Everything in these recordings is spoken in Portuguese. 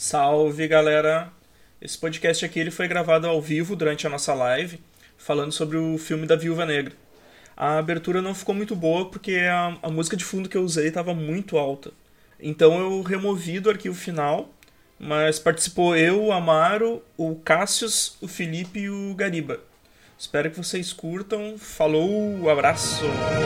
Salve, galera! Esse podcast aqui ele foi gravado ao vivo durante a nossa live, falando sobre o filme da Viúva Negra. A abertura não ficou muito boa porque a música de fundo que eu usei estava muito alta. Então eu removi do arquivo final, mas participou eu, o Amaro, o Cassius, o Felipe e o Gariba. Espero que vocês curtam. Falou, abraço!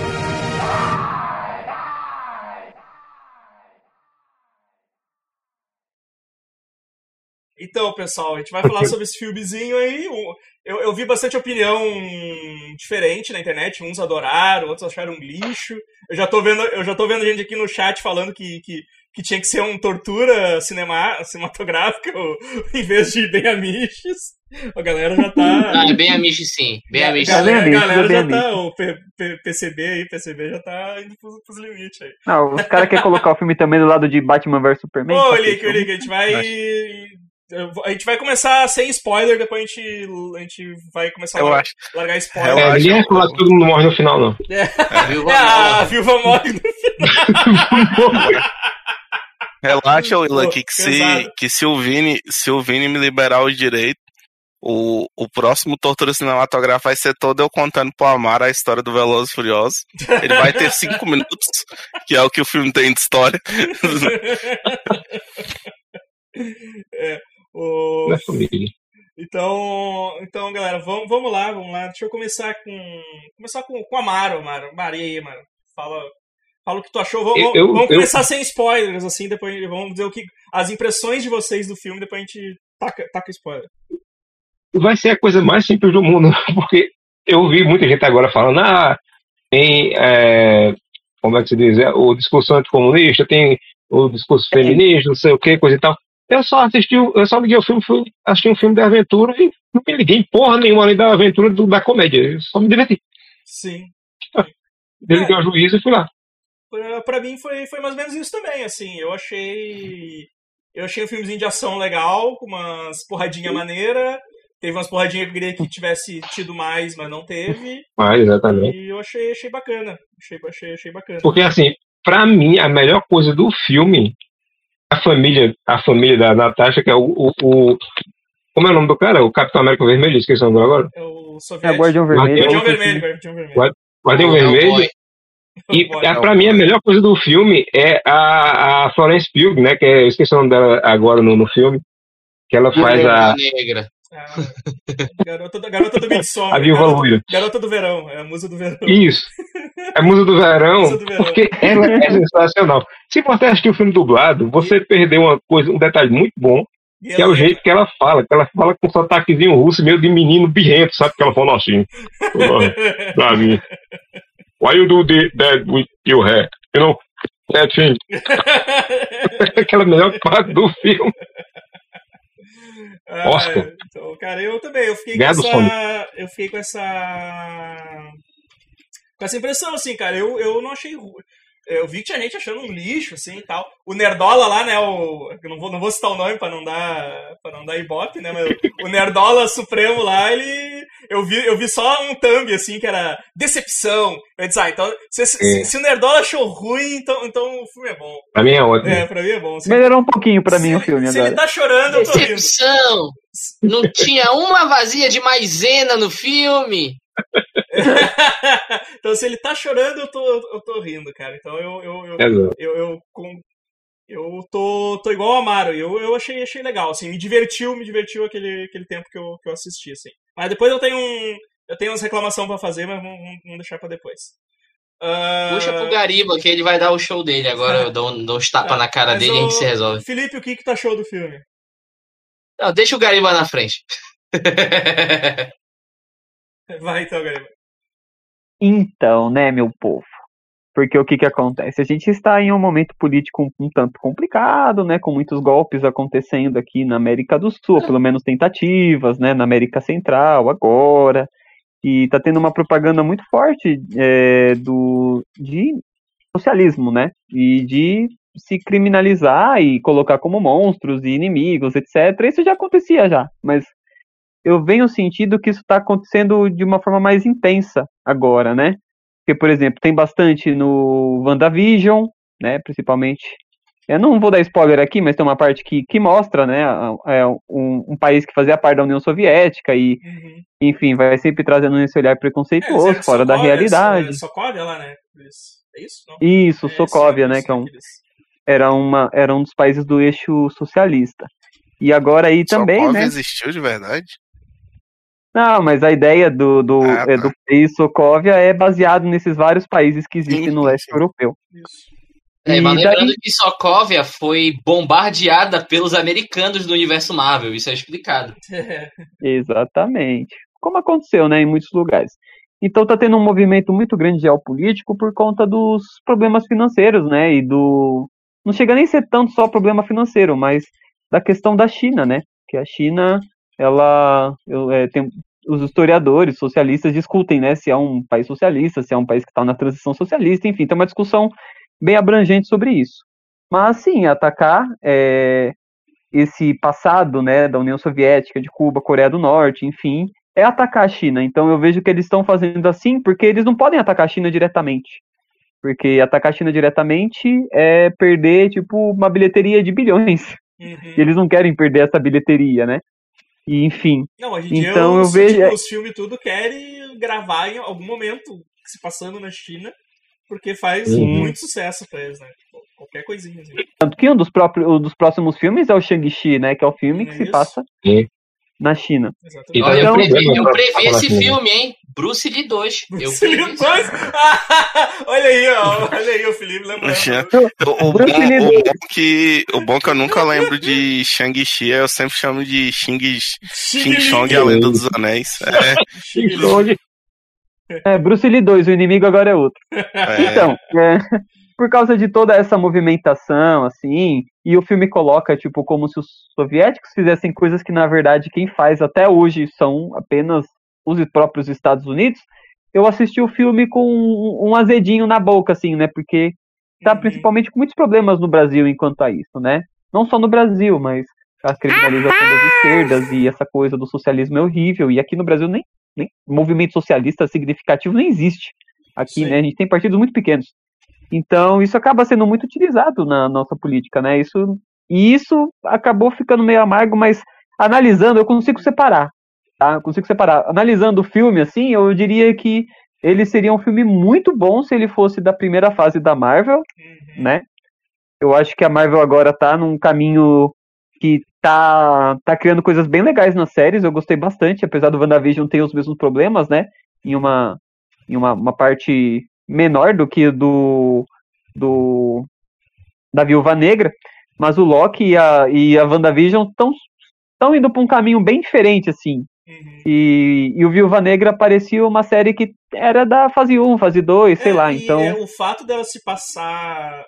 Então, pessoal, a gente vai falar sobre esse filmezinho aí. Eu vi bastante opinião diferente na internet. Uns adoraram, outros acharam um lixo. Eu já tô vendo gente aqui no chat falando que tinha que ser uma tortura cinematográfica em vez de bem amiches. A galera já tá. É bem amiche sim. Bem amiche sim. A galera já tá. O PCB já tá indo pros limites aí. Não, os caras querem colocar o filme também do lado de Batman vs Superman. Ô, Lick, a gente vai começar sem spoiler, depois a gente vai começar a largar spoiler. Ninguém vai falar que todo mundo morre no final, não. A viúva morre no final. Relaxa, Lucky, que se o Vini me liberar o direito, o próximo Tortura Cinematográfica vai ser todo eu contando pro Amaro a história do Velozes e Furiosos. Ele vai ter 5 minutos, que é o que o filme tem de história. Da família. Então, galera, vamos lá. Deixa eu começar com o Amaro. Amaro, e aí, mano? Fala o que tu achou. Vamos começar sem spoilers, assim, depois vamos dizer as impressões de vocês do filme, depois a gente taca spoiler. Vai ser a coisa mais simples do mundo, porque eu vi muita gente agora falando, tem, como é que se diz, o discurso anticomunista, tem o discurso feminista, não sei o que, coisa e tal. Eu só liguei o filme, assisti um filme de aventura e não me liguei em porra nenhuma além da aventura da comédia, eu só me diverti. Sim. Desliguei o juízo e fui lá. Pra mim foi mais ou menos isso também, assim, eu achei um filmezinho de ação legal, com umas porradinhas maneiras. Teve umas porradinhas que eu queria que tivesse tido mais, mas não teve. Exatamente. E eu achei bacana. Achei bacana. Porque, assim, pra mim, a melhor coisa do filme, a família da Natasha, que é como é o nome do cara? O Capitão América Vermelho, esqueci o nome agora. É o soviético. É o Guardião Vermelho. Guardião Vermelho. E pra mim, a melhor coisa do filme é a Florence Pugh, né? Que eu esqueci o nome dela agora no filme. Que ela faz a negra. Garota do Midsommar. A Viúva Loira. Garota do Verão, é a musa do verão. Isso. É a musa do verão, porque ela é sensacional. Se você assistir o filme dublado, você perdeu um detalhe muito bom, que é o jeito que ela fala com um sotaquezinho russo, meio de menino birrento, sabe? Que ela fala assim, pra mim. Why you do that with your hair? You know, that thing. Aquela melhor parte do filme. Oscar. Então, cara, eu também, eu fiquei com essa impressão, assim, cara, eu não achei ruim. Eu vi que tinha gente achando um lixo, assim, e tal. O Nerdola lá, né, eu não vou citar o nome pra não dar ibope, né, mas o Nerdola Supremo lá, eu vi só um thumb, assim, que era decepção. Eu disse, então, se o Nerdola achou ruim, então o filme é bom. Pra mim é ótimo. Pra mim é bom. Melhorou um pouquinho pra mim o filme agora. Se ele tá chorando, eu tô rindo. Decepção! Não tinha uma vazia de maisena no filme. Então, se ele tá chorando, eu tô rindo, cara. Então, eu tô igual o Amaro. Eu achei legal, assim. Me divertiu aquele tempo que eu assisti, assim. Mas depois eu tenho umas reclamações pra fazer, mas vamos deixar pra depois. Puxa pro Gariba, que ele vai dar o show dele. Agora eu dou uns tapas na cara dele e a gente se resolve. Felipe, o que tu achou do filme? Não, deixa o Gariba na frente. Vai então, Gariba. Então, né, meu povo? Porque o que acontece? A gente está em um momento político um tanto complicado, né, com muitos golpes acontecendo aqui na América do Sul, ou pelo menos tentativas, né, na América Central agora, e está tendo uma propaganda muito forte de socialismo, né, e de se criminalizar e colocar como monstros e inimigos, etc. Isso já acontecia já, mas eu venho sentindo que isso está acontecendo de uma forma mais intensa agora, né? Porque, por exemplo, tem bastante no WandaVision, né? Principalmente Eu não vou dar spoiler aqui, mas tem uma parte que mostra, né, um país que fazia parte da União Soviética e, enfim, vai sempre trazendo esse olhar preconceituoso, fora da realidade. Sokovia lá, né? É isso? Não? Isso, Sokovia, né, que era um dos países do eixo socialista. E agora aí também, Sokovia, né? existiu de verdade? Não, mas a ideia do país Sokovia é baseado nesses vários países que existem no leste europeu. Isso. Mas lembrando que Sokovia foi bombardeada pelos americanos do universo Marvel, isso é explicado. Exatamente. Como aconteceu, né, em muitos lugares. Então tá tendo um movimento muito grande geopolítico por conta dos problemas financeiros, né, não chega nem a ser tanto só problema financeiro, mas da questão da China, né, que a China, tem os historiadores socialistas discutem, né, se é um país socialista, se é um país que está na transição socialista, enfim, tem uma discussão bem abrangente sobre isso. Mas, sim, atacar esse passado, né, da União Soviética, de Cuba, Coreia do Norte, enfim, é atacar a China. Então eu vejo que eles estão fazendo assim porque eles não podem atacar a China diretamente. Porque atacar a China diretamente é perder, tipo, uma bilheteria de bilhões. E eles não querem perder essa bilheteria, né? E, enfim. Não, hoje em dia então, eu vejo... os filmes tudo querem gravar em algum momento se passando na China, porque faz muito sucesso pra eles, né? Qualquer coisinha. Assim. Tanto que um dos próximos filmes é o Shang-Chi, né? Que é o filme que se passa na China. Então, eu previ esse filme, hein? Bruce Lee 2. Bruce Lee 2? Olha aí, o Felipe lembrando. O bom que eu nunca lembro de Shang-Chi, eu sempre chamo de Xing Chong, a Lenda dos Anéis. Bruce Lee 2, o inimigo agora é outro. Então, por causa de toda essa movimentação, assim, e o filme coloca, tipo, como se os soviéticos fizessem coisas que, na verdade, quem faz até hoje são apenas os próprios Estados Unidos, eu assisti o filme com um azedinho na boca, assim, né, porque tá principalmente com muitos problemas no Brasil enquanto a isso, né, não só no Brasil, mas a criminalização das esquerdas e essa coisa do socialismo é horrível, e aqui no Brasil nem movimento socialista significativo nem existe, aqui, né, a gente tem partidos muito pequenos. Então, isso acaba sendo muito utilizado na nossa política, né? Isso acabou ficando meio amargo, mas analisando, eu consigo separar, tá? Analisando o filme, assim, eu diria que ele seria um filme muito bom se ele fosse da primeira fase da Marvel, né? Eu acho que a Marvel agora tá num caminho que tá criando coisas bem legais nas séries, eu gostei bastante, apesar do WandaVision ter os mesmos problemas, né? Em uma parte menor do que da Viúva Negra, mas o Loki e a WandaVision estão indo para um caminho bem diferente, assim. E o Viúva Negra parecia uma série que era da fase 1, fase 2, sei lá, então... o fato dela se passar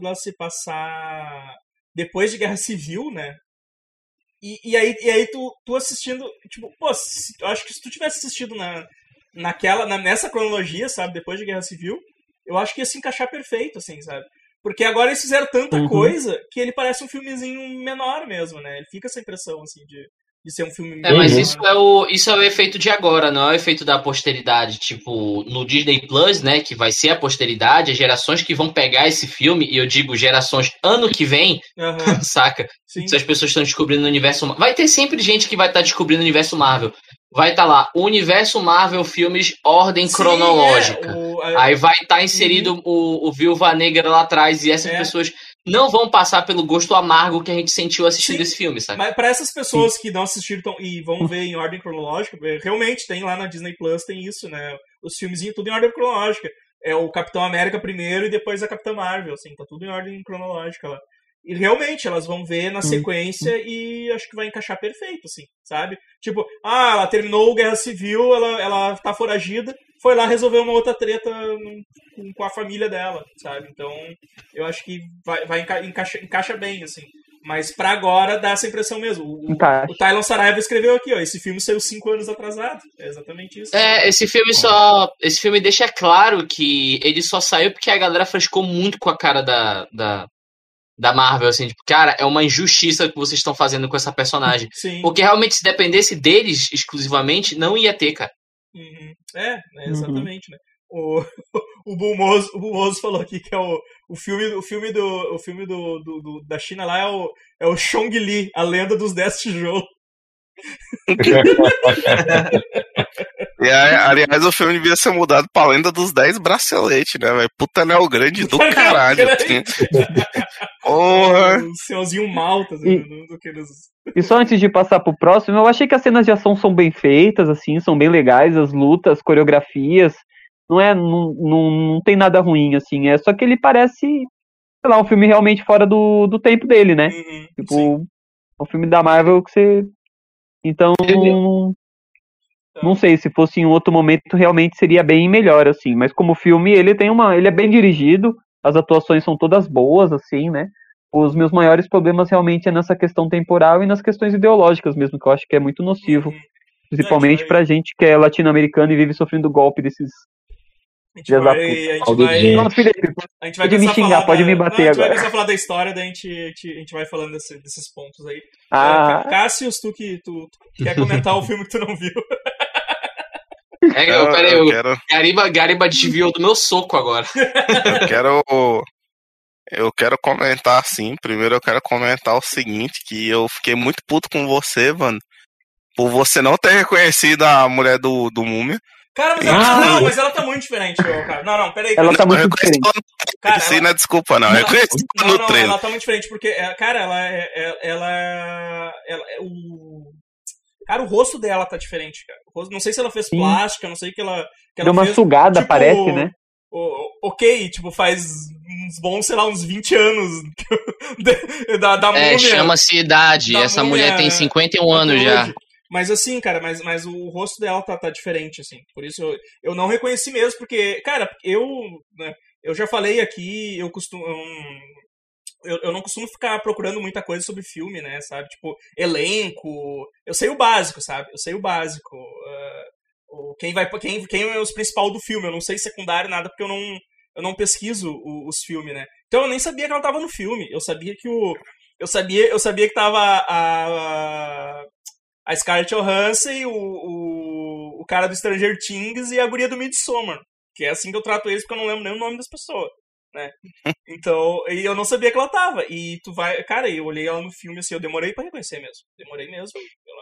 depois de Guerra Civil, né? E aí tu assistindo, tipo, pô, eu acho que se tu tivesse assistido nessa cronologia, sabe, depois de Guerra Civil, eu acho que ia se encaixar perfeito, assim, sabe? Porque agora eles fizeram tanta coisa que ele parece um filmezinho menor mesmo, né? Ele fica essa impressão, assim, de ser um filme menor. Mas isso é o efeito de agora, não é o efeito da posteridade. Tipo, no Disney Plus, né, que vai ser a posteridade, as gerações que vão pegar esse filme, e eu digo gerações ano que vem, saca? Sim. Se as pessoas estão descobrindo o universo Marvel. Vai ter sempre gente que vai estar descobrindo o universo Marvel. Vai estar lá, Universo Marvel Filmes, ordem cronológica. Aí vai estar inserido o Viúva Negra lá atrás, e essas pessoas não vão passar pelo gosto amargo que a gente sentiu assistindo esse filme, sabe? Mas para essas pessoas que não assistiram e vão ver em ordem cronológica, realmente tem lá na Disney Plus, tem isso, né? Os filmezinhos tudo em ordem cronológica. É o Capitão América primeiro e depois a Capitã Marvel, assim, tá tudo em ordem cronológica lá. E realmente, elas vão ver na sequência e acho que vai encaixar perfeito, assim, sabe? Tipo, ela terminou Guerra Civil, ela tá foragida, foi lá resolver uma outra treta com a família dela, sabe? Então, eu acho que encaixa bem, assim. Mas pra agora dá essa impressão mesmo. O Tylon Saraiva escreveu aqui, ó, esse filme saiu 5 anos atrasado. É exatamente isso. Esse filme deixa claro que ele só saiu porque a galera frescou muito com a cara da Marvel, assim, tipo, cara, é uma injustiça que vocês estão fazendo com essa personagem. Sim. Porque realmente, se dependesse deles exclusivamente, não ia ter, cara. Exatamente, né? O Bulmoso falou aqui que é o O filme da China lá é o Chong-Li, a lenda dos 10 tijolos. E aliás, o filme devia ser mudado pra Lenda dos 10 Braceletes, né, velho? Puta anel grande do caralho. Porra! O céuzinho malta. E só antes de passar pro próximo, eu achei que as cenas de ação são bem feitas, assim, são bem legais, as lutas, as coreografias, não tem nada ruim, assim, é só que ele parece, sei lá, um filme realmente fora do tempo dele, né? Tipo, um filme da Marvel que você... Então, não sei, se fosse em outro momento realmente seria bem melhor, assim, mas como filme ele é bem dirigido, as atuações são todas boas, assim, né? Os meus maiores problemas realmente é nessa questão temporal e nas questões ideológicas mesmo, que eu acho que é muito nocivo, principalmente pra gente que é latino-americano e vive sofrendo golpe desses... A gente vai Pronto, Felipe, pode me xingar, pode me bater agora. A gente vai começar a falar da história, daí a gente vai falando desses pontos aí. Cássius, tu quer comentar o filme que tu não viu? Gariba desviou do meu soco agora. Eu quero comentar, sim. Primeiro eu quero comentar o seguinte, que eu fiquei muito puto com você, mano, por você não ter reconhecido a mulher do Múmia. Cara, mas ela tá muito diferente, cara. Não, peraí. Ela tá muito diferente. Cara, isso não é desculpa, não. Eu reconheci no trailer. Ela tá muito diferente, porque, cara, Cara, o rosto dela tá diferente, cara. Não sei se ela fez plástica, não sei que ela deu uma fez, sugada, tipo, parece, né? Ok, tipo, faz uns bons, sei lá, uns 20 anos da múmia. Chama-se idade. Essa mulher tem 51 anos já. Mas assim, cara, mas o rosto dela tá diferente, assim. Por isso eu não reconheci mesmo, porque, cara, eu já falei aqui, eu não costumo ficar procurando muita coisa sobre filme, né, sabe? Tipo, elenco. Eu sei o básico, sabe? Eu sei o básico. Quem é o principal do filme. Eu não sei secundário, nada, porque eu não pesquiso os filmes, né? Então eu nem sabia que ela tava no filme. Eu sabia que eu sabia que tava a Scarlett Johansson, o cara do Stranger Things e a guria do Midsommar. Que é assim que eu trato eles, porque eu não lembro nem o nome das pessoas, né? Então, e eu não sabia que ela tava. E cara, eu olhei ela no filme, assim, eu demorei pra reconhecer mesmo. Demorei mesmo.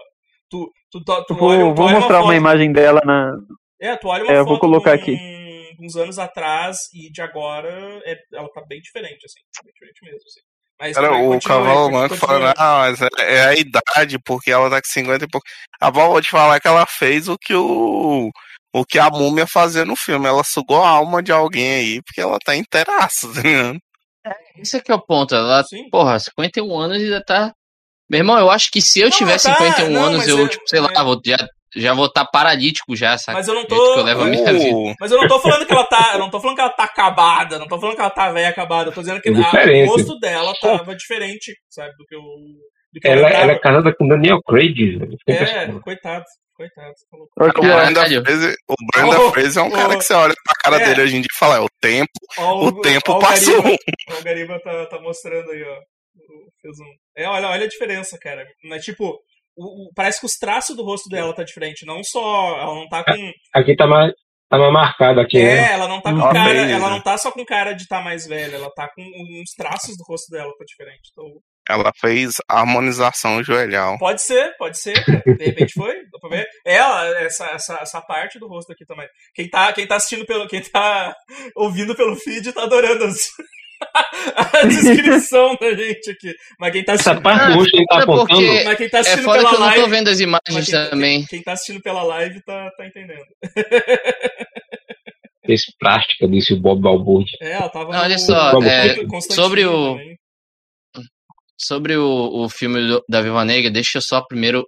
Vou mostrar uma imagem dela na... tu olha uma foto, vou colocar aqui. Uns anos atrás e de agora, ela tá bem diferente, assim. Bem diferente mesmo, assim. Mas, cara, o Cavalo Manco fala, não, mas é a idade, porque ela tá com 50 e pouco. A Val, vou te falar que ela fez o que a Múmia fazia no filme. Ela sugou a alma de alguém aí, porque ela tá inteiraça, tá ligado? Esse aqui é o ponto. Ela, 51 anos e ainda tá... Meu irmão, eu acho que se eu tiver 51 anos, eu, sei lá, já vou estar paralítico já, sabe? Mas eu não tô... Que eu levo a minha vida. Mas eu não tô falando que ela tá... Eu não tô falando que ela tá acabada, não tô falando que ela tá velha acabada. Eu tô dizendo que o rosto dela tava diferente, sabe? Do que eu ela é casada com Daniel Craig. Coitado. O Brenda Fraser é um cara que você olha pra cara dele hoje em dia e fala, o tempo passou. O Gariba tá mostrando aí, ó. Fez olha a diferença, cara. Mas, tipo, parece que os traços do rosto dela tá diferente. Não só. Ela não tá com. Aqui tá mais marcado aqui. Ela não tá com cara. Ela não tá só com cara de estar mais velha. Ela tá com uns traços do rosto dela tá diferente. Então... Ela fez harmonização joelhal. Pode ser, cara. De repente foi. Dá pra ver. Essa parte do rosto aqui também. Quem tá assistindo quem tá ouvindo pelo feed tá adorando a descrição da gente aqui. Mas quem tá assistindo... Essa parte roxa ele tá apontando. Mas quem tá assistindo pela live... eu não tô vendo as imagens também. Quem tá assistindo pela live tá entendendo. Esse plástica desse Bob Balbúrdia. Ela tava olha só, sobre o filme da Viúva Negra, deixa eu só primeiro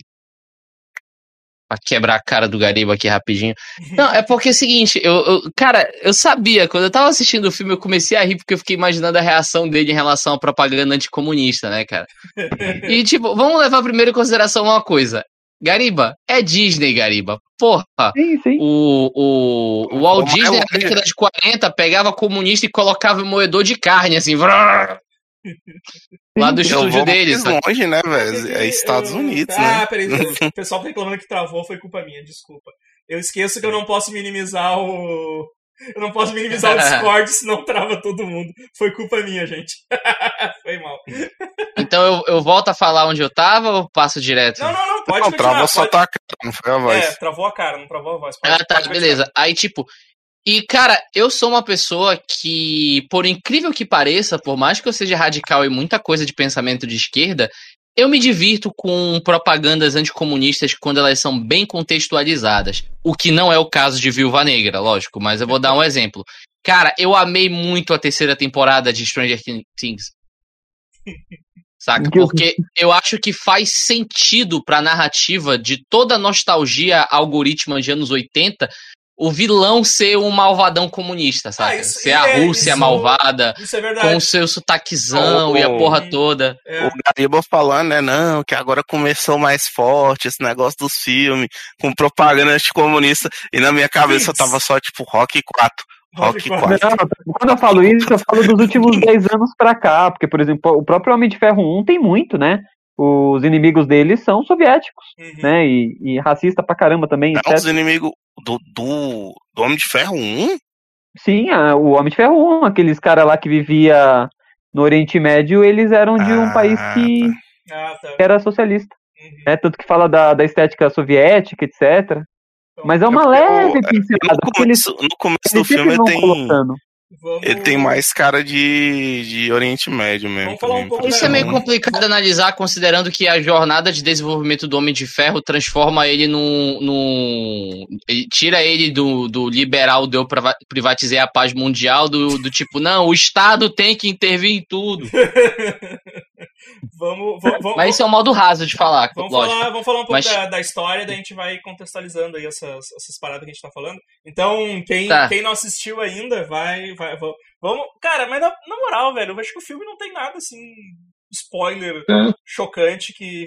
pra quebrar a cara do Gariba aqui rapidinho. Não, é porque é o seguinte, cara, eu sabia, quando eu tava assistindo o filme, eu comecei a rir porque eu fiquei imaginando a reação dele em relação à propaganda anticomunista, né, cara? E, tipo, vamos levar primeiro em consideração uma coisa. Gariba, é Disney, Gariba. Porra, sim. O Walt Disney, na década de 40, pegava comunista e colocava moedor de carne, assim, lá do estúdio deles. Longe, né, velho? É Estados Unidos, né? Peraí, o pessoal reclamando que travou, foi culpa minha, desculpa. Eu esqueço que eu não posso minimizar Eu não posso minimizar o Discord, senão trava todo mundo. Foi culpa minha, gente. Foi mal. Então eu volto a falar onde eu tava ou passo direto? Não, pode continuar. Travou só tua cara, não foi a voz. Travou a cara, não travou a voz. Pode beleza. Aí, tipo... E, cara, eu sou uma pessoa que, por incrível que pareça, por mais que eu seja radical e muita coisa de pensamento de esquerda, eu me divirto com propagandas anticomunistas quando elas são bem contextualizadas. O que não é o caso de Viúva Negra, lógico, mas eu vou dar um exemplo. Cara, eu amei muito a 3ª temporada de Stranger Things. Saca? Porque eu acho que faz sentido pra narrativa de toda a nostalgia algorítmica de anos 80... o vilão ser um malvadão comunista, sabe? Ser a Rússia malvada, com o seu sotaquezão e a porra toda. O Gariba falando, né, não, que agora começou mais forte esse negócio dos filmes, com propaganda anticomunista, e na minha cabeça tava só, tipo, Rock 4. Rock 4. Não, quando eu falo isso, eu falo dos últimos 10 anos pra cá, porque, por exemplo, o próprio Homem de Ferro 1 tem muito, né? Os inimigos deles são soviéticos, né? E racista pra caramba também. Não, os inimigos do Homem de Ferro 1? Sim, o Homem de Ferro 1, aqueles caras lá que vivia no Oriente Médio, eles eram de um país que era socialista. Tanto que fala da estética soviética, etc. Mas é uma leve pincelada. No começo do filme ele tem mais cara de Oriente Médio mesmo. Isso é meio complicado analisar, considerando que a jornada de desenvolvimento do Homem de Ferro transforma ele tira ele do liberal, eu privatizei a paz mundial, do tipo, não, o Estado tem que intervir em tudo. Mas isso é um modo raso de falar. Vamos falar um pouco da história, daí a gente vai contextualizando aí essas paradas que a gente tá falando. Então, quem não assistiu ainda, vamos. Cara, mas na moral, velho, eu acho que o filme não tem nada assim, spoiler chocante que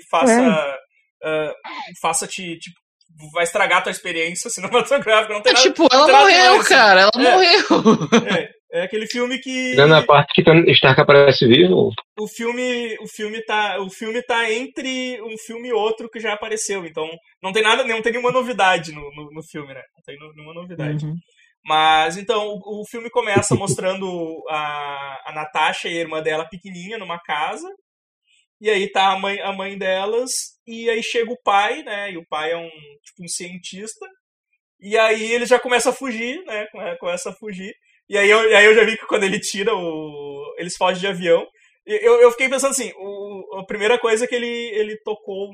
faça te vai estragar a tua experiência cinematográfica. Não tem nada. Tipo, ela morreu, cara, ela morreu. É aquele filme que... Na parte que Tony Stark aparece vivo. O filme tá entre um filme e outro que já apareceu, então não tem nenhuma novidade no filme, né? Não tem nenhuma novidade. Mas, então, o filme começa mostrando a Natasha e a irmã dela pequenininha numa casa, e aí tá a mãe delas, e aí chega o pai, né? E o pai é um cientista, e aí ele já começa a fugir, né? Começa a fugir. E aí eu já vi que quando ele tira eles fogem de avião. Eu fiquei pensando assim, a primeira coisa é que ele tocou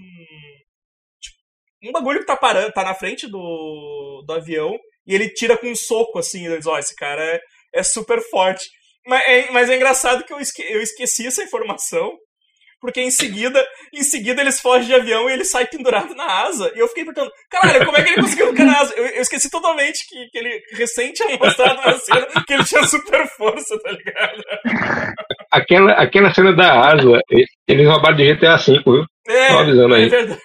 um bagulho que tá na frente do avião, e ele tira com um soco, assim, ele diz, esse cara é super forte. Mas é engraçado que eu esqueci essa informação, porque em seguida eles fogem de avião e ele sai pendurado na asa. E eu fiquei perguntando, caralho, como é que ele conseguiu ficar na asa? Eu esqueci totalmente que ele recém tinha mostrado na cena que ele tinha super força, tá ligado? Aquela cena da asa, eles roubaram de GTA V, viu? Tô avisando aí. É verdade.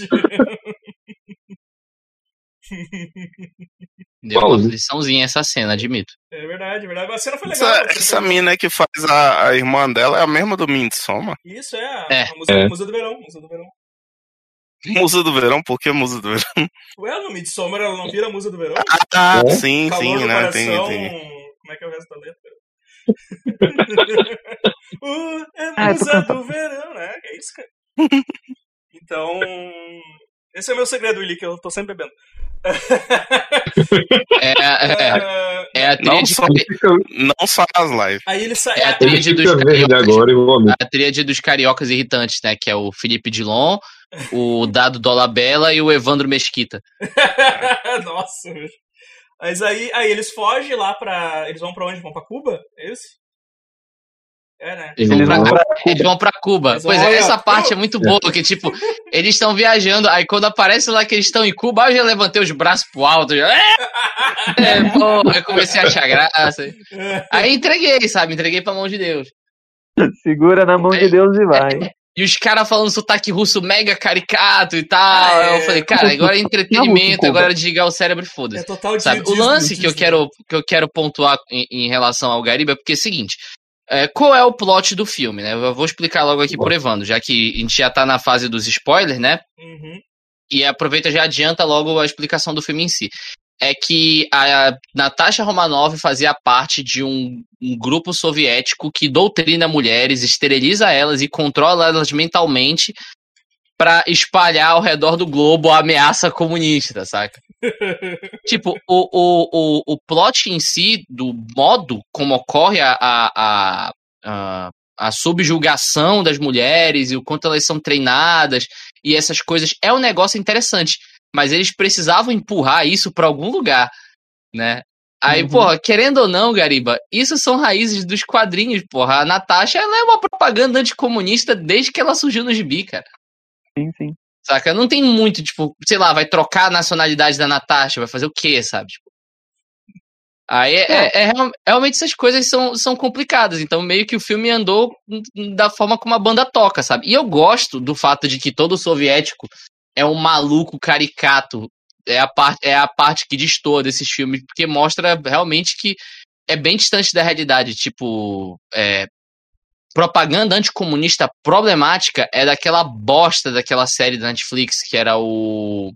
Deu uma liçãozinha essa cena, admito. É verdade. A cena foi legal. Essa mina que faz a irmã dela é a mesma do Midsommar? Isso, a Musa do Verão. Musa do Verão? Por que Musa do Verão? Ué, no Midsommar ela não vira Musa do Verão? Sim, né? Entendi. Como é que é o resto da letra? É Musa do Verão, né? Que é isso, cara. Então... Esse é o meu segredo, Willi, que eu tô sempre bebendo. É a tríade... Não só as lives. Aí ele sai... É a tríade dos cariocas. A tríade dos cariocas irritantes, né? Que é o Felipe Dilon, o Dado Dolabella e o Evandro Mesquita. Nossa, meu. Mas aí eles fogem lá pra... Eles vão pra onde? Vão pra Cuba? É isso? Né? Eles vão pra Cuba. Pois é, essa parte é muito boa, porque, tipo, eles estão viajando, aí quando aparece lá que eles estão em Cuba, eu já levantei os braços pro alto, eu comecei a achar graça. Aí entreguei pra mão de Deus. Segura na mão de Deus e vai. E os caras falando sotaque russo mega caricato e tal. Eu falei, cara, agora é entretenimento, agora é desligar o cérebro e foda-se. Sabe? O lance que eu quero pontuar em relação ao Gariba é porque é o seguinte. Qual é o plot do filme, né? Eu vou explicar logo aqui pro Evandro, já que a gente já tá na fase dos spoilers, né? E aproveita e já adianta logo a explicação do filme em si. é que a Natasha Romanoff fazia parte de um grupo soviético que doutrina mulheres, esteriliza elas e controla elas mentalmente pra espalhar ao redor do globo a ameaça comunista, saca? Tipo, o plot em si, do modo como ocorre a subjugação das mulheres e o quanto elas são treinadas e essas coisas, é um negócio interessante. Mas eles precisavam empurrar isso pra algum lugar, né? Aí, porra, querendo ou não, Gariba, isso são raízes dos quadrinhos, porra. A Natasha, ela é uma propaganda anticomunista desde que ela surgiu no gibi, cara. Sim. Saca? Não tem muito, tipo, sei lá, vai trocar a nacionalidade da Natasha, vai fazer o quê, sabe? Tipo, aí realmente essas coisas são complicadas. Então, meio que o filme andou da forma como a banda toca, sabe? E eu gosto do fato de que todo soviético é um maluco caricato. É a parte que destoa desses filmes, porque mostra realmente que é bem distante da realidade. Tipo, propaganda anticomunista problemática é daquela bosta daquela série da Netflix que era o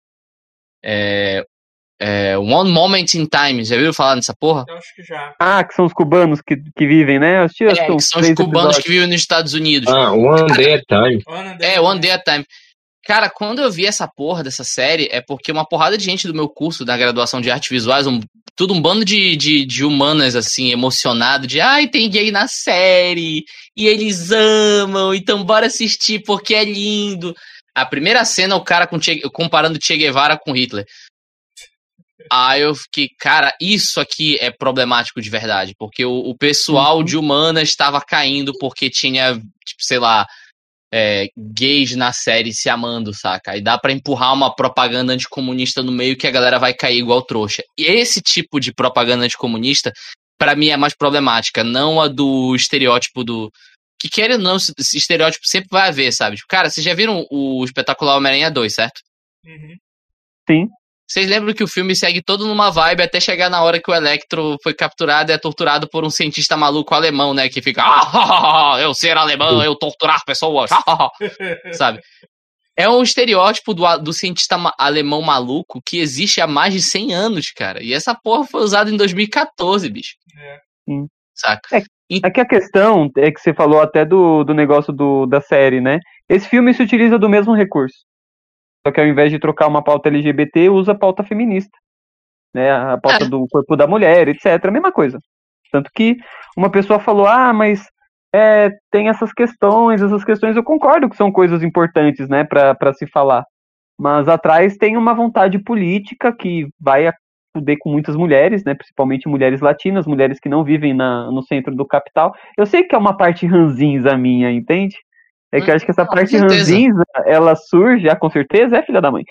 One Moment in Time. Já viu falar nessa porra? Eu acho que já. Ah, que são os cubanos que vivem, né? Que são os cubanos que vivem nos Estados Unidos. One Day at Time. One Day at Time. Cara, quando eu vi essa porra dessa série, é porque uma porrada de gente do meu curso da graduação de artes visuais, tudo um bando de humanas, assim, emocionado, de ai, tem gay na série, e eles amam, então bora assistir porque é lindo. A primeira cena, o cara comparando Che Guevara com Hitler. Aí eu fiquei, cara, isso aqui é problemático de verdade, porque o pessoal de humanas estava caindo porque tinha, tipo, sei lá, gays na série se amando, saca? Aí dá pra empurrar uma propaganda anticomunista no meio que a galera vai cair igual trouxa. E esse tipo de propaganda anticomunista, pra mim, é mais problemática, não a do estereótipo do... Que querendo ou não, esse estereótipo sempre vai haver, sabe? Tipo, cara, vocês já viram o espetacular Homem-Aranha 2, certo? Sim. Vocês lembram que o filme segue todo numa vibe até chegar na hora que o Electro foi capturado e é torturado por um cientista maluco alemão, né? Que fica, eu ser alemão, eu torturar pessoas, sabe? É um estereótipo do cientista alemão maluco que existe há mais de 100 anos, cara. E essa porra foi usada em 2014, bicho. Sim. Saca? É que a questão é que você falou até do negócio da série, né? Esse filme se utiliza do mesmo recurso. Só que ao invés de trocar uma pauta LGBT, usa a pauta feminista. Né? A pauta do corpo da mulher, etc. A mesma coisa. Tanto que uma pessoa falou, mas tem essas questões eu concordo que são coisas importantes, né, pra se falar. Mas atrás tem uma vontade política que vai fuder com muitas mulheres, né, principalmente mulheres latinas, mulheres que não vivem no centro do capital. Eu sei que é uma parte ranzinza minha, entende? É que eu acho que essa parte ranzinza, ela surge, com certeza, filha da mãe.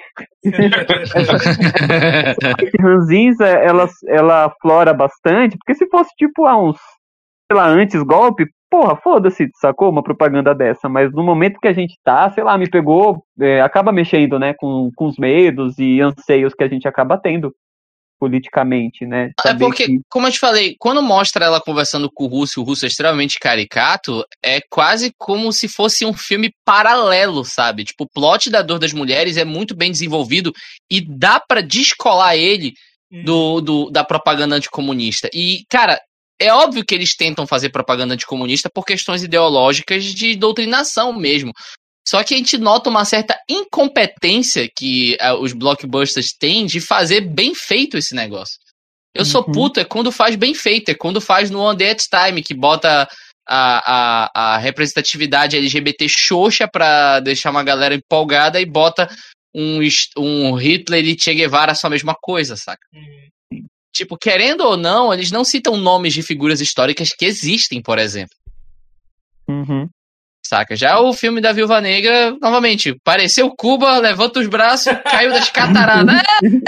Essa parte ranzinza, ela flora bastante, porque se fosse tipo uns, sei lá, antes golpe, porra, foda-se, sacou? Uma propaganda dessa, mas no momento que a gente tá, sei lá, me pegou, acaba mexendo, né, com os medos e anseios que a gente acaba tendo politicamente, né? Saber porque, como eu te falei, quando mostra ela conversando com o Russo é extremamente caricato, é quase como se fosse um filme paralelo, sabe? Tipo, o plot da dor das mulheres é muito bem desenvolvido e dá pra descolar ele da propaganda anticomunista. E, cara, é óbvio que eles tentam fazer propaganda anticomunista por questões ideológicas de doutrinação mesmo. Só que a gente nota uma certa incompetência que os blockbusters têm de fazer bem feito esse negócio. Eu sou puto, é quando faz bem feito, é quando faz no One Day at Time, que bota a representatividade LGBT xoxa pra deixar uma galera empolgada e bota um Hitler e Che Guevara só a mesma coisa, saca? Tipo, querendo ou não, eles não citam nomes de figuras históricas que existem, por exemplo. Saca? Já o filme da Viúva Negra, novamente, pareceu Cuba, levanta os braços, caiu das cataratas.